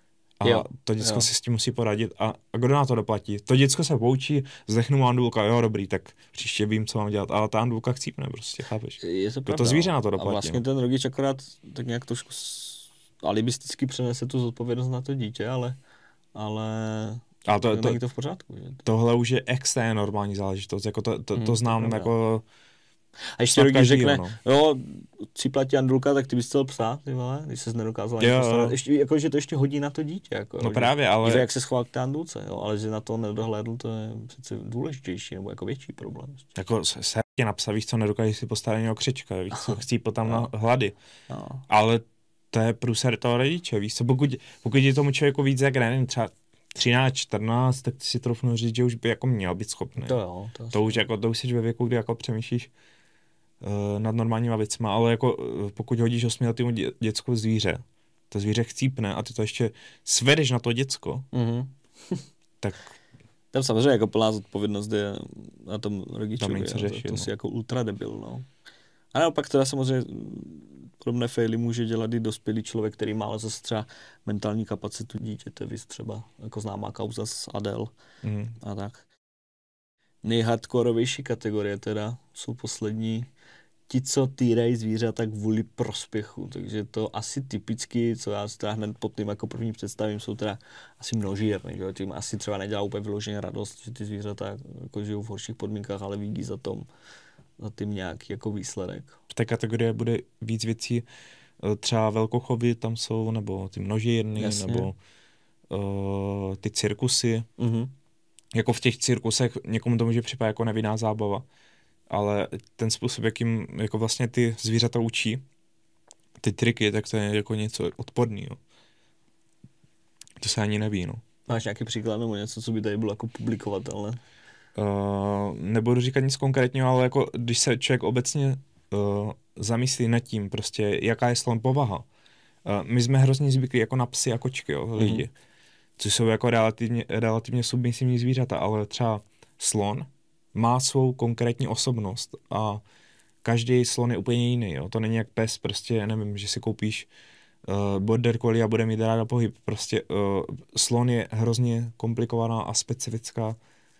a jo, to děcko jo. si s tím musí poradit a, a kdo na to doplatí? To děcko se poučí, zdechnu mu andulka, jo dobrý, tak příště vím, co mám dělat, ale ta andulka chcípne prostě, chápeš? Je to, to, to zvíře na to doplatí. A vlastně ten rodič akorát tak nějak trošku alibisticky přenese tu zodpovědnost na to dítě, ale, ale... Ale to, to, to v pořádku. Že? Tohle už je extrémně normální záležitost, jako to, to, to znám hmm, jako... A ještě rodič řekne, no. jo, cíplatí andulka, tak ty bys chtěl psa, ty vole, když ses nedokázal ani postarat. Ještě, jako, že to ještě hodí na to dítě. Jako, no že, právě, ale... Že jak se schoval k té andulce, jo, ale že na to nedohlédl, to je přece důležitější, nebo jako větší problém. Jako se na psa, víš co, nedokážeš si postarat něho křečka, víš co, chcípl tam no. na hlady. No. Ale to je průser toho rodiče, víš co, pokud, pokud je tomu člověku víc, jak nevím, třeba třináct, čtrnáct, tak si trofnu říct, že už by jako měl být schopný. To jo. To, to už jako, to už jsi ve věku, kdy jako přemýšlíš uh, nad normálníma věcma, ale jako uh, pokud hodíš osmiletýmu dě, děcku zvíře, to zvíře chcípne a ty to ještě svedeš na to děcko, mm-hmm. tak... Tam samozřejmě jako plná zodpovědnost je na tom rodičovi, to, řešit, to, to no. si jako ultra debil, no. A naopak teda samozřejmě podobné faily může dělat i dospělý člověk, který má ale zase třeba mentální kapacitu dítěte, víc třeba jako známá kauza s Adele mm. a tak. Nejhardkorovější kategorie teda jsou poslední ti, co týrají zvířata kvůli prospěchu, takže to asi typicky, co já si teda hned pod tím jako první představím, jsou teda asi množírny, že jo, tím asi třeba nedělá úplně vyloženě radost, že ty zvířata jako žijou v horších podmínkách, ale vidí za tom za tím nějaký jako výsledek. V té kategorii bude víc věcí, třeba velkochovy tam jsou, nebo ty množírny, nebo uh, ty cirkusy. Mm-hmm. jako v těch cirkusech někomu to může připadat jako nevinná zábava, ale ten způsob, jakým jako vlastně ty zvířata učí, ty triky, tak to je jako něco odporného. To se ani neví, no. Máš nějaký příklad nebo něco, co by tady bylo jako publikovatelné? Uh, nebudu říkat nic konkrétního, ale jako když se člověk obecně uh, zamyslí nad tím, prostě jaká je slon povaha. Uh, my jsme hrozně zvyklí jako na psy a kočky, jo, lidi. Mm. Což jsou jako relativně, relativně submisivní zvířata, ale třeba slon má svou konkrétní osobnost a každý slon je úplně jiný, jo. To není jak pes, prostě nevím, že si koupíš uh, border collie a bude mít ráda pohyb. Prostě uh, slon je hrozně komplikovaná a specifická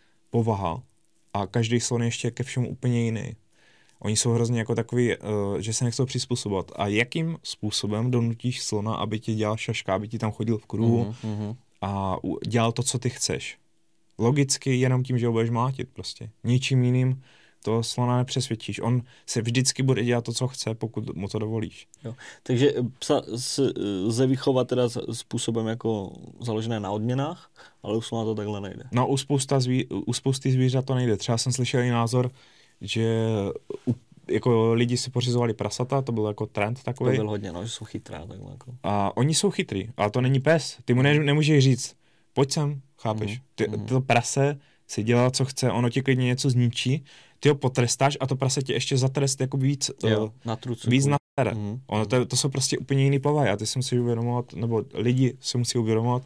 povaha a každý slon je ještě ke všemu úplně jiný. Oni jsou hrozně jako takový, uh, že se nechcou přizpůsobovat. A jakým způsobem donutíš slona, aby ti dělal šaška, aby ti tam chodil v kruhu mm-hmm. a dělal to, co ty chceš? Logicky jenom tím, že ho budeš mlátit prostě. Ničím jiným toho slona nepřesvědčíš. On se vždycky bude dělat to, co chce, pokud mu to dovolíš. Jo. Takže psa lze vychovat teda způsobem jako založené na odměnách, ale u slona to takhle nejde. No u, spousta zví, u spousty zvířat to nejde. Třeba jsem slyšel i názor, že u, jako lidi si pořizovali prasata, to byl jako trend takový. To byl hodně, no, že jsou chytrá takhle. Jako. A oni jsou chytrý, ale to není pes. Ty mu ne, nemůžeš říct, pojď sem, chápeš? Ty, mm. to prase si dělá, co chce, ono ti klidně něco zničí, ty ho potrestáš a to prase tě ještě zatrest jako víc, jo, uh, na víc na tere. Mm. Ono to, to jsou prostě úplně jiný povahy a ty si musíš uvědomovat, nebo lidi se musí uvědomovat,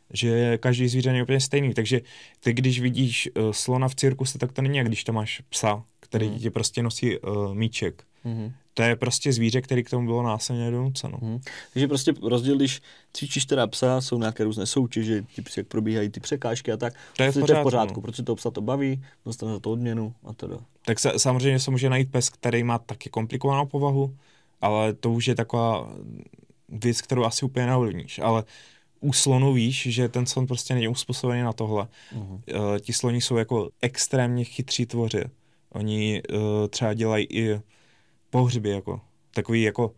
že každý zvíře je úplně stejný, takže ty když vidíš uh, slona v cirkuse, tak to není jak když tam máš psa, který mm. ti prostě nosí uh, míček. Mm. To je prostě zvíře, který k tomu bylo násilně donuceno. Hmm. Takže prostě rozdíl, když cvičíš teda psa, jsou nějaké různé soutěže, ty psy, jak probíhají ty překážky a tak. To je v pořádku, v pořádku, protože toho psa to baví, dostane za to odměnu a teda. Tak se, samozřejmě se může najít pes, který má taky komplikovanou povahu, ale to už je taková věc, kterou asi úplně neovlivníš. Ale u slonu víš, že ten slon prostě není uspůsobený na tohle. Hmm. Uh, ti sloni jsou jako extrémně chytří tvoři. Oni uh, třeba dělají i pohřby, jako takový jako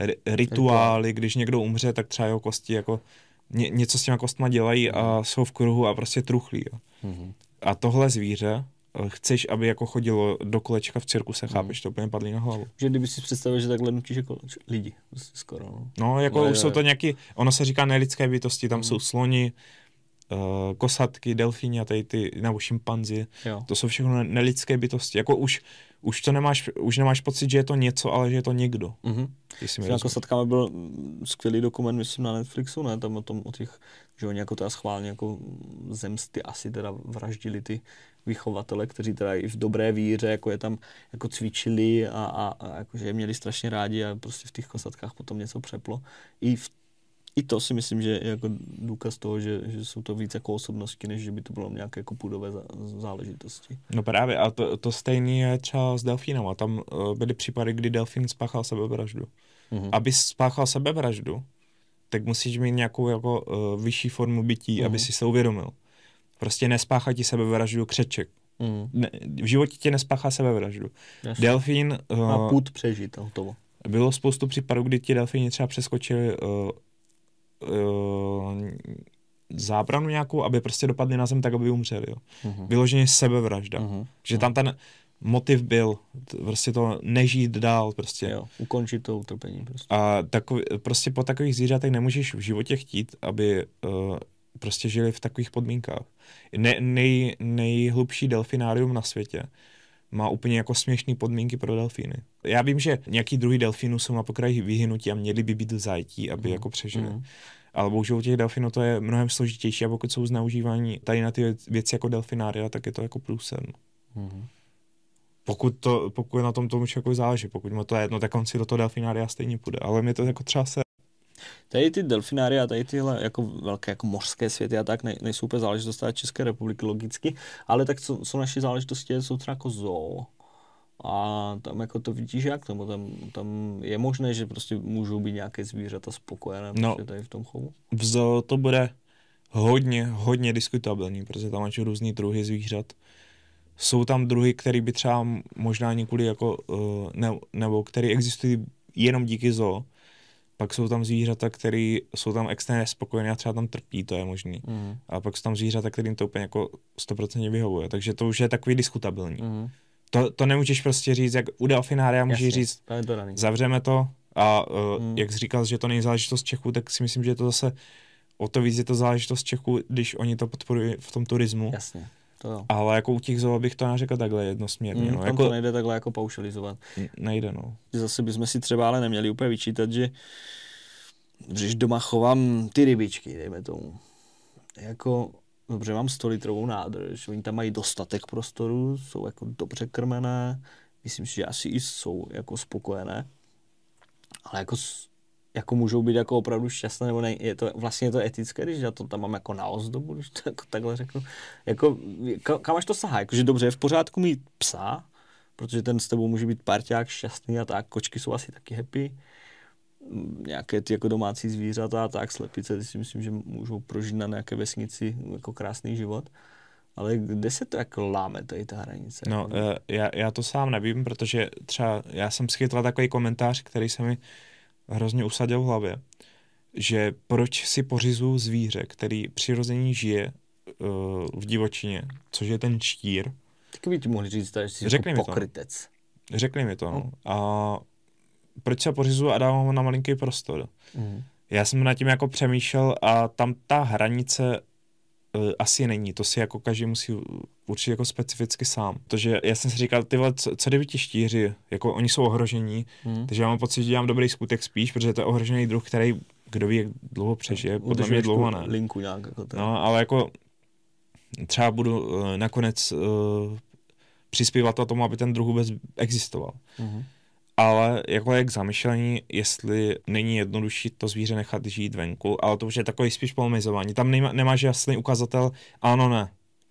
rituály, když někdo umře, tak třeba jeho kosti jako ně, něco s těma kostma dělají a jsou v kruhu a prostě truchlí. Jo. Mm-hmm. A tohle zvíře chceš, aby jako chodilo do kolečka v cirkuse, chápeš, mm. to úplně padlí na hlavu. Že kdyby si představil, že takhle nutíš jako lidi, skoro. No, no jako no, jsou to nějaký, ono se říká nelidské bytosti, tam mm. jsou sloni, uh, kosatky, delfíni a tady ty, nebo šimpanzi, jo. To jsou všechno nelidské bytosti, jako už Už to nemáš, už nemáš pocit, že je to něco, ale že je to někdo. Mm-hmm. S těmi kosatkami byl skvělý dokument, myslím, na Netflixu, ne? Tam o tom, o těch, že oni jako teda schválně jako zemsty asi teda vraždili ty vychovatele, kteří teda i v dobré víře, jako je tam jako cvičili a, a, a jako, že je měli strašně rádi a prostě v těch kosatkách potom něco přeplo. I v I to si myslím, že je jako důkaz toho, že, že jsou to víc jako osobnosti, než že by to bylo nějaké jako půdové záležitosti. No právě, a to, to stejné je třeba s delfínem. Tam uh, byly případy, kdy delfín spáchal sebevraždu. Mm-hmm. Aby spáchal sebevraždu, tak musíš mít nějakou jako uh, vyšší formu bytí, mm-hmm. aby si se uvědomil. Prostě nespáchá ti sebevraždu křeček. Mm-hmm. Ne, v životě tě nespáchá sebevraždu. Jasně. Delfín... Uh, a půd přežít, hotovo. Bylo spoustu případů, kdy ti delfíni třeba přeskočili uh, zábranu nějakou, aby prostě dopadli na zem tak, aby umřeli. Jo. Uh-huh. Vyloženě sebevražda. Uh-huh. Že tam ten motiv byl prostě to nežít dál. Prostě. Jo, ukončit to utrpení. Prostě. A takový, prostě po takových zvířatech nemůžeš v životě chtít, aby uh, prostě žili v takových podmínkách. Ne, nej, nejhlubší delfinárium na světě má úplně jako směšné podmínky pro delfíny. Já vím, že nějaký druhý delfínů jsou na pokraji vyhynutí a měli by být v zajetí, aby mm. jako přežili. Mm. Ale bohužel u těch delfínů to je mnohem složitější a pokud jsou zneužívání tady na ty věci jako delfinária, tak je to jako průser. Mm. Pokud, to, pokud na tom tomu člověku záleží, pokud mu to je jedno, tak on si do toho delfinária stejně půjde. Ale mě to jako třeba se... Tady ty delfinária, tady tyhle jako velké jako mořské světy a tak nej, nejsou úplně záležitosti České republiky logicky, ale tak co, co naše záležitosti jsou třeba jako zoo. A tam jako to vidíš jak, tam, tam, tam je možné, že prostě můžou být nějaké zvířata spokojené no, tady v tom chovu? V zoo to bude hodně, hodně diskutabilní, protože tam máš různý druhy zvířat. Jsou tam druhy, které by třeba možná několik jako, ne, nebo které existují jenom díky zoo, Pak jsou tam zvířata, které jsou tam extrémně spokojené a třeba tam trpí, to je možný. Mm. A pak jsou tam zvířata, kterým to úplně jako sto procent vyhovuje. Takže to už je takový diskutabilní. Mm. To, to nemůžeš prostě říct, jak u delfinária můžeš říct, to zavřeme to a uh, mm. jak jsi říkal, že to není záležitost Čechů, tak si myslím, že je to zase o to víc je to záležitost Čechů, když oni to podporují v tom turismu. Jasně. To jo. Ale jako u těch zoo bych to neřekl takhle jednosměrně. Mm, no. tam jako, to nejde takhle jako paušalizovat. Nejde, no. Zase bychom si třeba ale neměli úplně vyčítat, že když doma chovám ty rybičky, dejme tomu. Jako, dobře, mám sto litrovou nádrž, oni tam mají dostatek prostoru, jsou jako dobře krmené, myslím si, že asi i jsou jako spokojené, ale jako jako můžou být jako opravdu šťastné, nebo ne, je to, vlastně je to etické, když já to tam mám jako na ozdobu, když to jako takhle řeknu. Jako, kam až to sahá? Jakože dobře, je v pořádku mít psa, protože ten s tebou může být parťák, šťastný a tak, kočky jsou asi taky happy. Nějaké ty jako domácí zvířata a tak, slepice, ty si myslím, že můžou prožít na nějaké vesnici jako krásný život. Ale kde se to jako láme, tady ta hranice? No, já, já to sám nevím, protože třeba já jsem schytla takový komentář, který se mi hrozně usadil v hlavě, že proč si pořizuju zvíře, který přirozeně žije uh, v divočině, což je ten štír. Tak by ti mohli říct, že jsi Řekni jako mi pokrytec. To. Řekni mi to. No. A proč se pořizuju a dávám ho na malinký prostor? Mm. Já jsem nad tím jako přemýšlel a tam ta hranice uh, asi není. To si jako každý musí určitě jako specificky sám. Protože já jsem si říkal, ty vole, co, co kdyby ti štíři, jako oni jsou ohrožení, mm. takže já mám pocit, že dělám dobrý skutek spíš, protože to je ohrožený druh, který kdo ví, jak dlouho přežije, podle mě dlouho ne. Linku nějak jako to. No, ale jako třeba budu uh, nakonec uh, přispívat tomu, aby ten druh vůbec existoval. Mm. Ale jako je k zamyšlení, jestli není jednodušší to zvíře nechat žít venku, ale to už je takový spíš polomizování. Tam nemá, nemáš jasný ukazatel, ano, ne.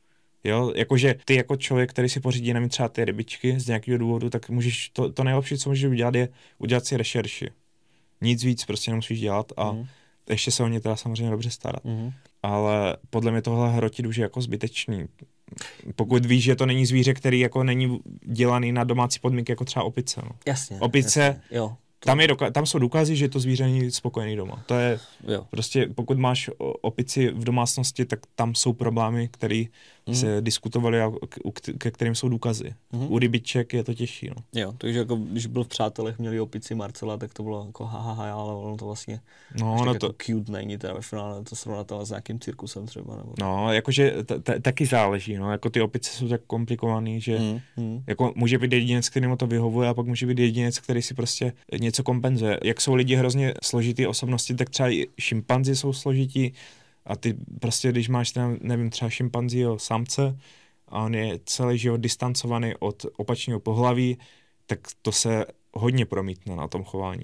Jo, jakože ty jako člověk, který si pořídí nevím, třeba ty rybičky z nějakého důvodu, tak můžeš, to, to nejlepší, co můžeš udělat, je udělat si rešerši. Nic víc prostě nemusíš dělat a mm. ještě se o ně teda samozřejmě dobře starat. Mm. Ale podle mě tohle hrotit už je jako zbytečný. Pokud víš, že to není zvíře, který jako není dělaný na domácí podmínky, jako třeba opice. No. Jasně. Opice, jasně. Jo. Tam, je doka- tam jsou důkazy, že to zvíře není spokojený doma. To je jo. prostě, pokud máš opici v domácnosti, tak tam jsou problémy, které mm. se diskutovaly a ke kterým jsou důkazy. Mm. U rybiček je to těžší. No. Jo, takže jako když byl v Přátelech, měli opici Marcela, tak to bylo jako haha, ale ono to vlastně no, no to... jako cute není teda ve finále, to srovnatelné s nějakým cirkusem třeba. Nebo... No, jakože t- t- taky záleží, no, jako ty opice jsou tak komplikovaný, že mm. Mm. jako může být jedinec, kterým to vyhovuje a pak může být jedinec, který si prostě něco kompenzuje. Jak jsou lidi hrozně složitý osobnosti, tak třeba i šimpanzi jsou složití a ty prostě, když máš ten, nevím, třeba šimpanzího samce a on je celý život distancovaný od opačného pohlaví, tak to se hodně promítne na tom chování.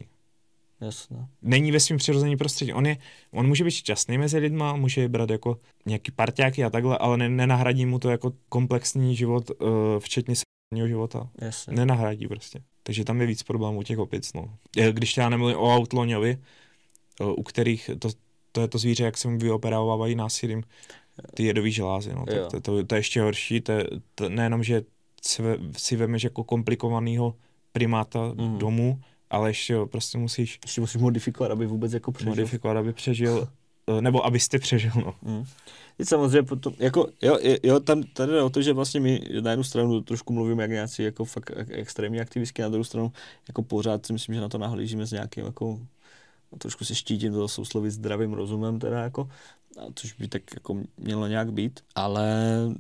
Jasně. Není ve svým přirozeném prostředí. On, je, on může být šťastný mezi lidma, může je brát jako nějaký parťáky a takhle, ale ne, nenahradí mu to jako komplexní život, uh, včetně sexuálního života. Jasně. Nenahradí prostě. Takže tam je víc problémů u těch opic. No. Když já nemluvím o Outlawovi, uh, u kterých to, to je to zvíře, jak se mu vyoperovávají násilím, ty jedový žlázy. No. Tak to, to, to je ještě horší. To, to nejenom, že si, si vemeš jako komplikovanýho primáta mm. domů, ale ještě jo, prostě musíš... Ještě musíš modifikovat, aby vůbec jako přežil. Modifikovat, aby přežil, nebo abyste přežil, no. Mm. Teď samozřejmě potom, jako, jo, jo, tam tady jde o to, že vlastně my na jednu stranu trošku mluvíme jak nějací jako fakt extrémní aktivistky, na druhou stranu jako pořád si myslím, že na to nahlížíme s nějakým jako, trošku se štítím toho sousloví zdravým rozumem teda jako, což by tak jako mělo nějak být, ale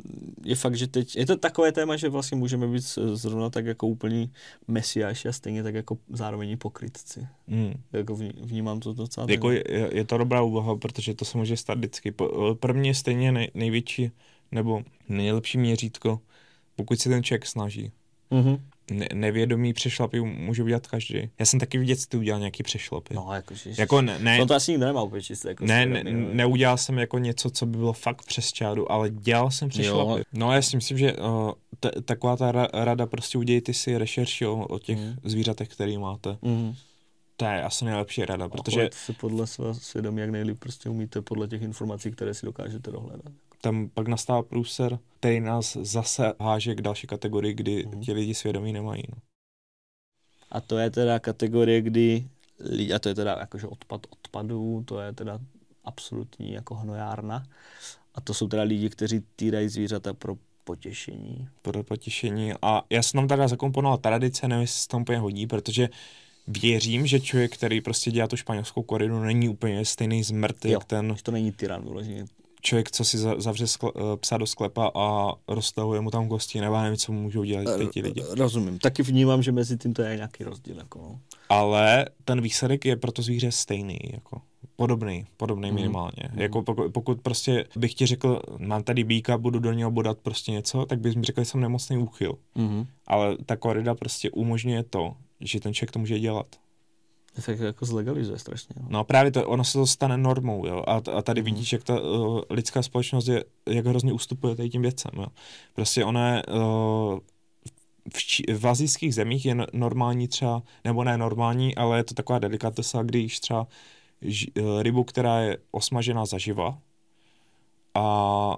je fakt, že teď, je to takové téma, že vlastně můžeme být zrovna tak jako úplní mesiáši a stejně tak jako zároveň pokrytci. Mm. Jako vnímám to docela. Jako je, je to dobrá úvaha, protože to se může stát vždycky. Pro mě je stejně nej, největší nebo nejlepší měřítko, pokud se ten člověk snaží. Mm-hmm. Ne, nevědomý přešlapy může udělat každý. Já jsem taky v dětství udělal nějaký přešlapy. No, jakože... Jako ne, ne, no to asi nikdo nemá úplně čisté. Jako ne, ne, neudělal jsem jako něco, co by bylo fakt přes čáru, ale dělal jsem přešlapy. Jo. No já si myslím, že uh, t- taková ta rada, prostě udějte si rešerši o, o těch mm. zvířatech, který máte. Mm. To je asi nejlepší rada, protože... se podle svého svědomí, jak nejlíp prostě umíte podle těch informací, které si dokážete dohledat. Tam pak nastává průser, který nás zase háže k další kategorii, kdy mm. ti lidi svědomí nemají. No. A to je teda kategorie, kdy lidi, a to je teda jakože odpad odpadů, to je teda absolutní jako hnojárna. A to jsou teda lidi, kteří týrají zvířata pro potěšení. Pro potěšení. A já jsem tam teda zakomponoval tradice, nevím, jestli se tam úplně hodí, protože věřím, že člověk, který prostě dělá tu španělskou koridu, není úplně stejný zmrt, jak ten... to není tyran vyloženě. Člověk, co si zavře skle, psa do sklepa a roztahuje mu tam kosti, nebo nevím, co můžou dělat ty lidi. Rozumím. Taky vnímám, že mezi tím to je nějaký rozdíl. Jako no. Ale ten výsledek je pro to zvíře stejný, jako podobný, podobný mm. minimálně. Mm. Jako pokud, pokud prostě bych ti řekl, mám tady býka, budu do něho bodat prostě něco, tak bys mi řekl, že jsem nemocný úchyl. Mm. Ale ta korida prostě umožňuje to, že ten člověk to může dělat. To se jako zlegalizuje strašně. No. no právě to, ono se to stane normou, jo. A, a tady mm. vidíš, jak ta uh, lidská společnost je, jak hrozně ustupuje tady tím věcem, jo. Prostě ona je, uh, v, či, v asijských zemích je normální třeba, nebo ne normální, ale je to taková delikatesa, když třeba ž, uh, rybu, která je osmažená zaživa a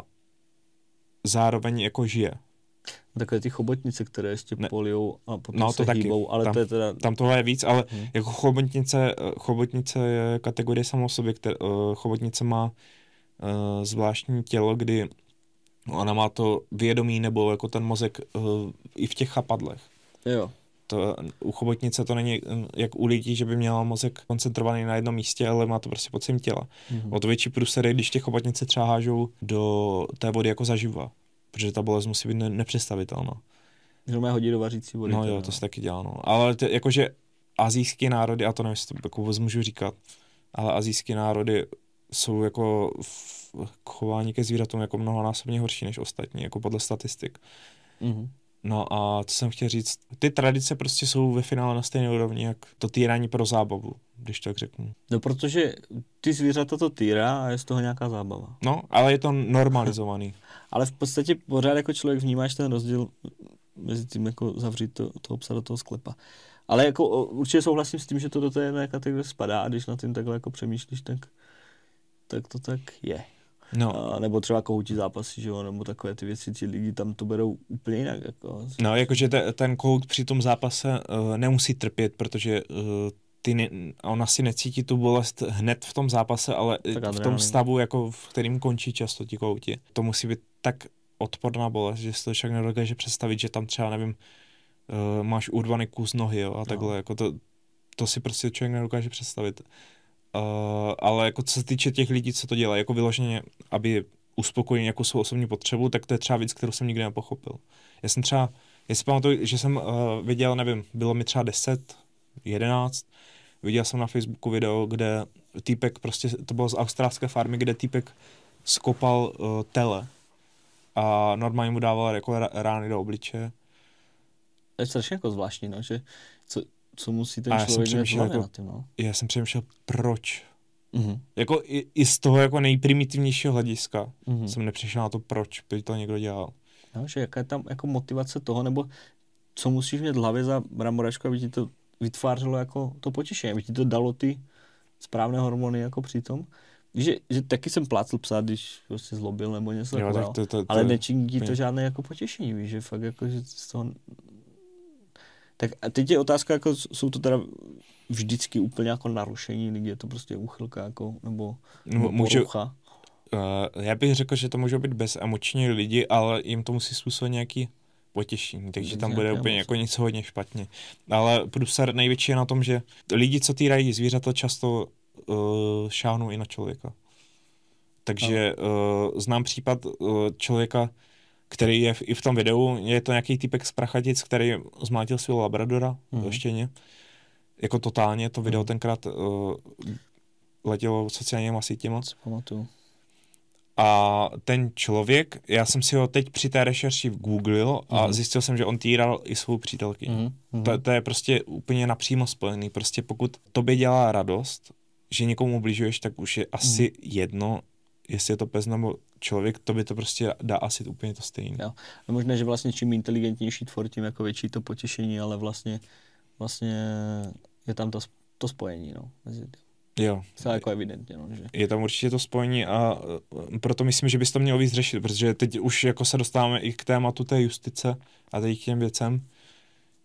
zároveň jako žije. Takové ty chobotnice, které ještě ne. polijou a potom no, se to hýbou, ale tam, to je teda... Tam tohle je víc, ale hmm. jako chobotnice, chobotnice je kategorie samou sobě, které, uh, chobotnice má uh, zvláštní tělo, kdy ona má to vědomí nebo jako ten mozek uh, i v těch chapadlech. Jo. To, u chobotnice to není jak u lidí, že by měla mozek koncentrovaný na jednom místě, ale má to prostě pod svým těla. Hmm. O to větší průsery, když těch chobotnice třeba hážou do té vody jako zaživa. Protože ta bolest musí být ne- nepředstavitelná. Že má hodit do vařící vody. No jo, to se taky dělá, no. Ale to, jakože asijské národy, a to nevím, jestli to jako vůbec můžu říkat, ale asijské národy jsou jako v chování ke zvířatům jako mnohonásobně horší než ostatní, jako podle statistik. Mm-hmm. No a co jsem chtěl říct, ty tradice prostě jsou ve finále na stejné úrovni, jak to týrání pro zábavu, když tak řeknu. No protože ty zvířata to týrá a je z toho nějaká zábava. No, ale je to normalizovaný. Ale v podstatě pořád jako člověk vnímáš ten rozdíl mezi tím jako zavřít to, toho psa do toho sklepa. Ale jako určitě souhlasím s tím, že to do té jedné kategorie spadá a když na tím takhle jako přemýšlíš, tak, tak to tak je. No. A nebo třeba kohoutí zápasy, že jo, nebo takové ty věci, ti lidi tam to berou úplně jinak. Jako. No, jakože te, ten kohout při tom zápase uh, nemusí trpět, protože uh, ty ne, ona si necítí tu bolest hned v tom zápase, ale tak v tom stavu, jako v kterým končí často ti kohouti. To musí být tak odporná bolest, že si to však nedokáže představit, že tam třeba, nevím, uh, máš urvaný kus nohy, jo, a takhle, no. Jako to, to si prostě člověk nedokáže představit. Uh, ale jako co se týče těch lidí, co to dělají, jako vyloženě, aby uspokojili nějakou svou osobní potřebu, tak to je třeba věc, kterou jsem nikdy nepochopil. Já jsem třeba, já si pamatuju, že jsem uh, viděl, nevím, bylo mi třeba deset, jedenáct, viděl jsem na Facebooku video, kde týpek, prostě to bylo z australské farmy, kde týpek skopal uh, tele a normálně mu dával jako rány do obličeje. To je strašně jako zvláštní, no, že co, co musí ten a člověk mít jako, na tím, no. Já jsem přemýšlel, proč? Mm-hmm. Jako i, i z toho jako nejprimitivnějšího hlediska mm-hmm. jsem nepřišel na to, proč by to někdo dělal. No, že jaká je tam jako motivace toho, nebo co musíš mít v hlavě za bramboračku, aby ti to vytvářelo jako to potěšení, aby ti to dalo ty správné hormony jako přitom. Víš, že, že taky jsem plácl psa, když prostě zlobil nebo něco takového, tak ale nečiní to žádné jako potěšení, víš, že fakt jako, že z toho... Tak a teď je otázka, jako jsou to teda vždycky úplně jako narušení lidí, je to prostě úchylka jako, nebo, nebo může, porucha? Uh, já bych řekl, že to můžou být bezemoční lidi, ale jim to musí způsobit nějaký potěšení, takže tam bude úplně jako něco hodně špatně. Ale průser největší je na tom, že lidi, co týrají zvířata, často uh, šáhnou i na člověka. Takže uh, znám případ uh, člověka, který je v, i v tom videu, je to nějaký typek z Prachatic, který zmátil svého labradora, mm. štěně. Jako totálně, to video mm. tenkrát uh, letělo sociálníma sítěma. Pamatuju. A ten člověk, já jsem si ho teď při té rešerši googlil a mm. zjistil jsem, že on týral i svou přítelky. Mm. To, to je prostě úplně napřímo spojený. Prostě pokud tobě dělá radost, že někomu ubližuješ, tak už je asi mm. jedno, jestli je to pes nebo člověk, to by to prostě dá asi úplně to stejné. Jo. A možná, že vlastně čím inteligentnější tvor, tím jako větší to potěšení, ale vlastně, vlastně je tam to, to spojení, no. Jo. To je jako evidentně, no, že... Je tam určitě to spojení a proto myslím, že bys to měl víc řešit, protože teď už jako se dostáváme i k tématu té justice a teď k těm věcem,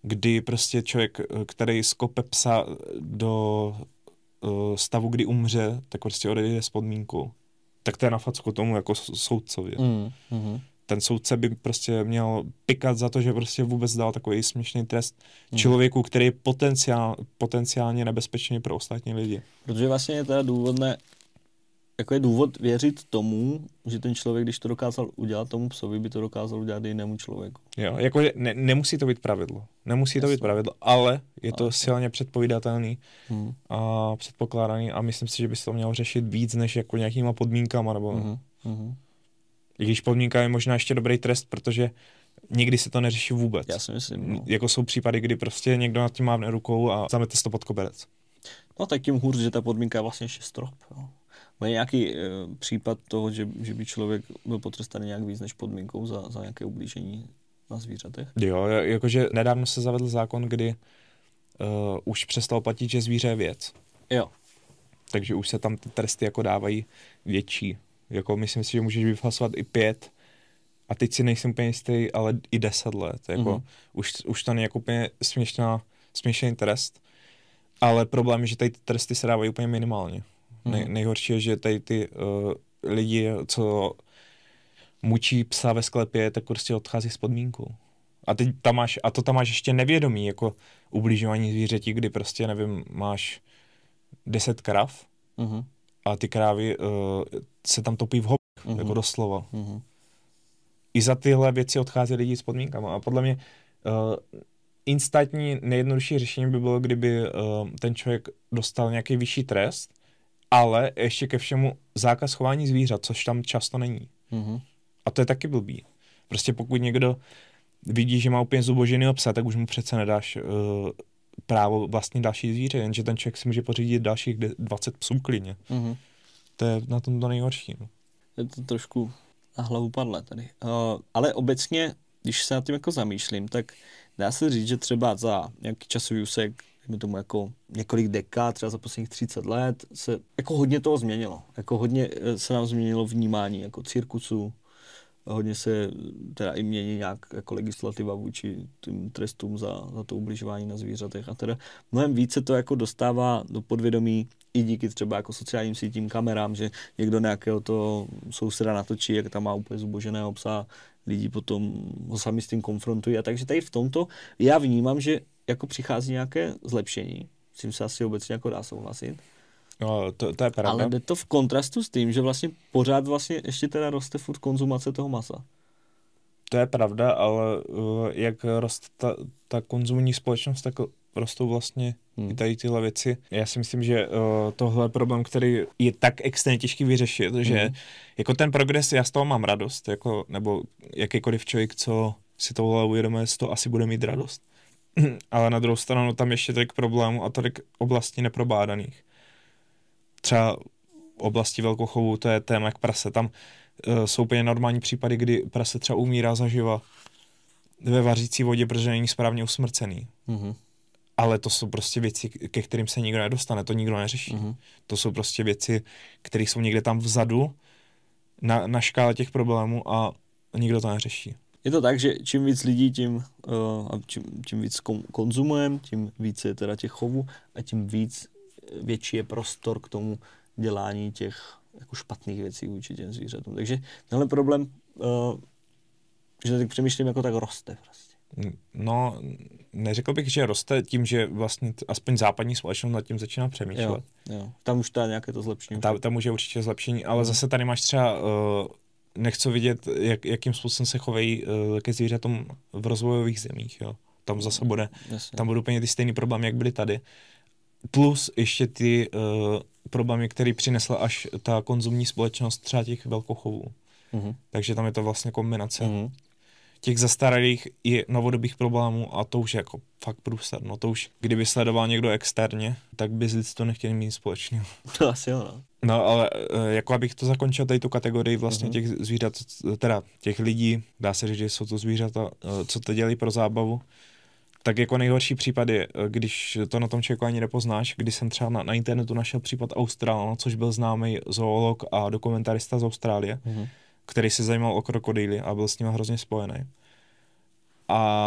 kdy prostě člověk, který skope psa do uh, stavu, kdy umře, tak prostě odejde s podmínkou. Tak to je na facku tomu jako soudcovi. Mm, mm. Ten soudce by prostě měl pikat za to, že prostě vůbec dal takový směšný trest mm. člověku, který je potenciál, potenciálně nebezpečný pro ostatní lidi. Protože vlastně je teda důvodné, jako je důvod věřit tomu, že ten člověk, když to dokázal udělat tomu psovi, by to dokázal udělat i jinému člověku. Jo, jako ne, nemusí to být pravidlo. Nemusí Jasně. to být pravidlo, ale je to ale. silně předpovídatelný hmm. a předpokládaný a myslím si, že by se to mělo řešit víc než jako nějakýma podmínkama nebo hmm. Hmm. I když podmínka je možná ještě dobrý trest, protože nikdy se to neřeší vůbec. Já si myslím, no. Jako jsou případy, kdy prostě někdo nad tím mávne rukou a zamete to pod koberec. No tak tím hůř, že ta podmínka je vlastně ještě strop. Jo. Má nějaký e, případ toho, že, že by člověk byl potrestaný nějak víc než podmínkou za, za nějaké ublížení na zvířatech? Jo, jakože nedávno se zavedl zákon, kdy uh, už přestal platit, že zvíře je věc. Jo. Takže už se tam ty tresty jako dávají větší. Jako myslím si, že můžeš vyfasovat i pět a teď si nejsem úplně jistý, ale i deset let. Jako mm-hmm. už, už to není jako úplně směšná, směšný trest. Ale problém je, že tady ty tresty se dávají úplně minimálně. Mm-hmm. Nej, nejhorší je, že tady ty uh, lidi, co mučí psa ve sklepě, tak prostě odchází s podmínkou. A teď tam máš, a to tam máš ještě nevědomí, jako ubližování zvířeti, kdy prostě, nevím, máš deset krav mm-hmm. a ty krávy uh, se tam topí v hopích, mm-hmm. jako doslova. Mm-hmm. I za tyhle věci odchází lidi s podmínkama. A podle mě uh, instantní nejjednodušší řešení by bylo, kdyby uh, ten člověk dostal nějaký vyšší trest, ale ještě ke všemu zákaz chování zvířat, což tam často není. Mm-hmm. A to je taky blbý. Prostě pokud někdo vidí, že má úplně zuboženýho psa, tak už mu přece nedáš uh, právo vlastnit další zvíře, jenže ten člověk si může pořídit dalších dvacet psů klidně. Mm-hmm. To je na tom to nejhorší. No. Je to trošku na hlavu padle tady. Uh, ale obecně, když se nad tím jako zamýšlím, tak dá se říct, že třeba za nějaký časový úsek, dejme tomu jako několik dekád, třeba za posledních třicet let, se jako hodně toho změnilo. Jako hodně se nám změnilo vnímání jako cirkusu, hodně se teda i mění nějak jako legislativa vůči tím trestům za, za to ubližování na zvířatech a teda mnohem více to jako dostává do podvědomí i díky třeba jako sociálním sítím, kamerám, že někdo nějakého to souseda natočí, jak tam má úplně zuboženého psa, lidi potom ho sami s tím konfrontují a takže tady v tomto já vnímám, že jako přichází nějaké zlepšení, s tím se asi obecně jako dá souhlasit. No, to, to je pravda. Ale jde to v kontrastu s tím, že vlastně pořád vlastně ještě teda roste furt konzumace toho masa. To je pravda, ale uh, jak roste ta, ta konzumní společnost, tak rostou vlastně hmm. i tady tyhle věci. Já si myslím, že uh, tohle je problém, který je tak extrémně těžký vyřešit, hmm. že jako ten progres, já z toho mám radost, jako, nebo jakýkoliv člověk, co si tohle uvědomuje, z toho asi bude mít radost. Ale na druhou stranu tam ještě tolik problémů a tolik oblastí neprobádaných. Třeba oblasti velkochovu, to je téma jak prase. Tam uh, jsou úplně normální případy, kdy prase třeba umírá zaživa ve vařící vodě, protože není správně usmrcený. Mm-hmm. Ale to jsou prostě věci, ke kterým se nikdo nedostane, to nikdo neřeší. Mm-hmm. To jsou prostě věci, které jsou někde tam vzadu na, na škále těch problémů a nikdo to neřeší. Je to tak, že čím víc lidí, tím, uh, čím, čím víc konzumujeme, tím víc je teda těch chovů a tím víc větší je prostor k tomu dělání těch jako špatných věcí vůči těm zvířatům. Takže tenhle problém, uh, že tak přemýšlím, jako tak roste prostě. No, neřekl bych, že roste tím, že vlastně t- aspoň západní společnost nad tím začíná přemýšlet. Jo, jo. Tam už to je nějaké to zlepšení. Ta, tam už je určitě zlepšení, ale hmm. zase tady máš třeba, uh, nechci vidět, jak, jakým způsobem se chovají uh, ke zvířatům v rozvojových zemích. Jo. Tam zase bude, Jasně. tam budou úplně ty stejný problémy, jak byly tady. Plus ještě ty uh, problémy, které přinesla až ta konzumní společnost třeba těch velkochovů. Mm-hmm. Takže tam je to vlastně kombinace mm-hmm. těch zastaralých i novodobých problémů a to už je jako fakt průser. No to už, kdyby sledoval někdo externě, tak by z lidství to nechtěli mít společného. To asi jo, no. No ale uh, jako abych to zakončil tady tu kategorii vlastně mm-hmm. těch zvířat, teda těch lidí, dá se říct, že jsou to zvířata, uh, co to dělají pro zábavu, tak jako nejhorší případ je, když to na tom člověku ani nepoznáš, když jsem třeba na, na internetu našel případ Australana, což byl známý zoolog a dokumentarista z Austrálie, mm-hmm. který se zajímal o krokodýly a byl s ním hrozně spojený. A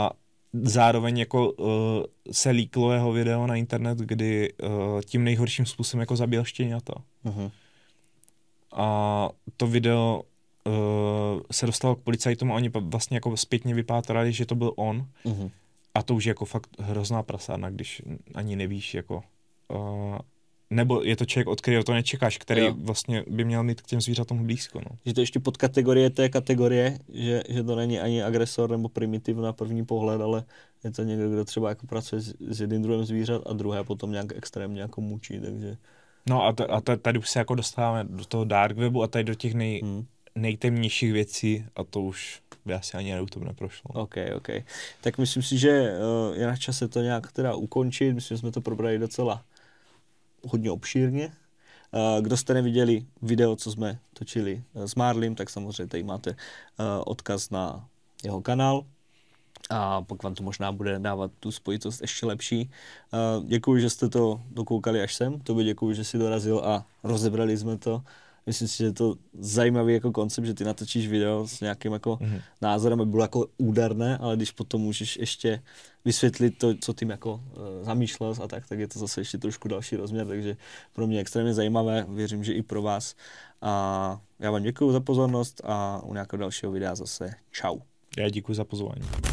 zároveň jako uh, se líklo jeho video na internet, kdy uh, tím nejhorším způsobem jako zabíjel štěňata. Uh-huh. A to video uh, se dostalo k policajtům a oni vlastně jako zpětně vypátrali, že to byl on. Uh-huh. A to už je jako fakt hrozná prasárna, když ani nevíš, jako... Uh, nebo je to člověk, od kterého to nečekáš, který jo. vlastně by měl mít k těm zvířatům blízko. No. Že to ještě pod kategorie té kategorie, že, že to není ani agresor nebo primitiv na první pohled, ale je to někdo, kdo třeba jako pracuje s, s jedným druhem zvířat a druhé potom nějak extrémně jako mučí, takže... No a, to, a to, tady už se jako dostáváme do toho dark webu a tady do těch nej, hmm. nejtemnějších věcí a to už by asi ani YouTube neprošlo. OK, OK. Tak myslím si, že uh, je na čase to nějak teda ukončit, myslím, že jsme to probrali docela hodně obšírně. Kdo jste neviděli video, co jsme točili s Marlym, tak samozřejmě tady máte odkaz na jeho kanál a pak vám to možná bude dávat tu spojitost ještě lepší. Děkuji, že jste to dokoukali až sem, tobě děkuji, že jsi dorazil a rozebrali jsme to. Myslím si, že je to zajímavý jako koncept, že ty natočíš video s nějakým jako mm-hmm. názorem, aby bylo jako úderné, ale když potom můžeš ještě vysvětlit to, co tím jako uh, zamýšlel a tak, tak je to zase ještě trošku další rozměr, takže pro mě extrémně zajímavé, věřím, že i pro vás. A já vám děkuji za pozornost a u nějakého dalšího videa zase čau. Já děkuji za pozvání.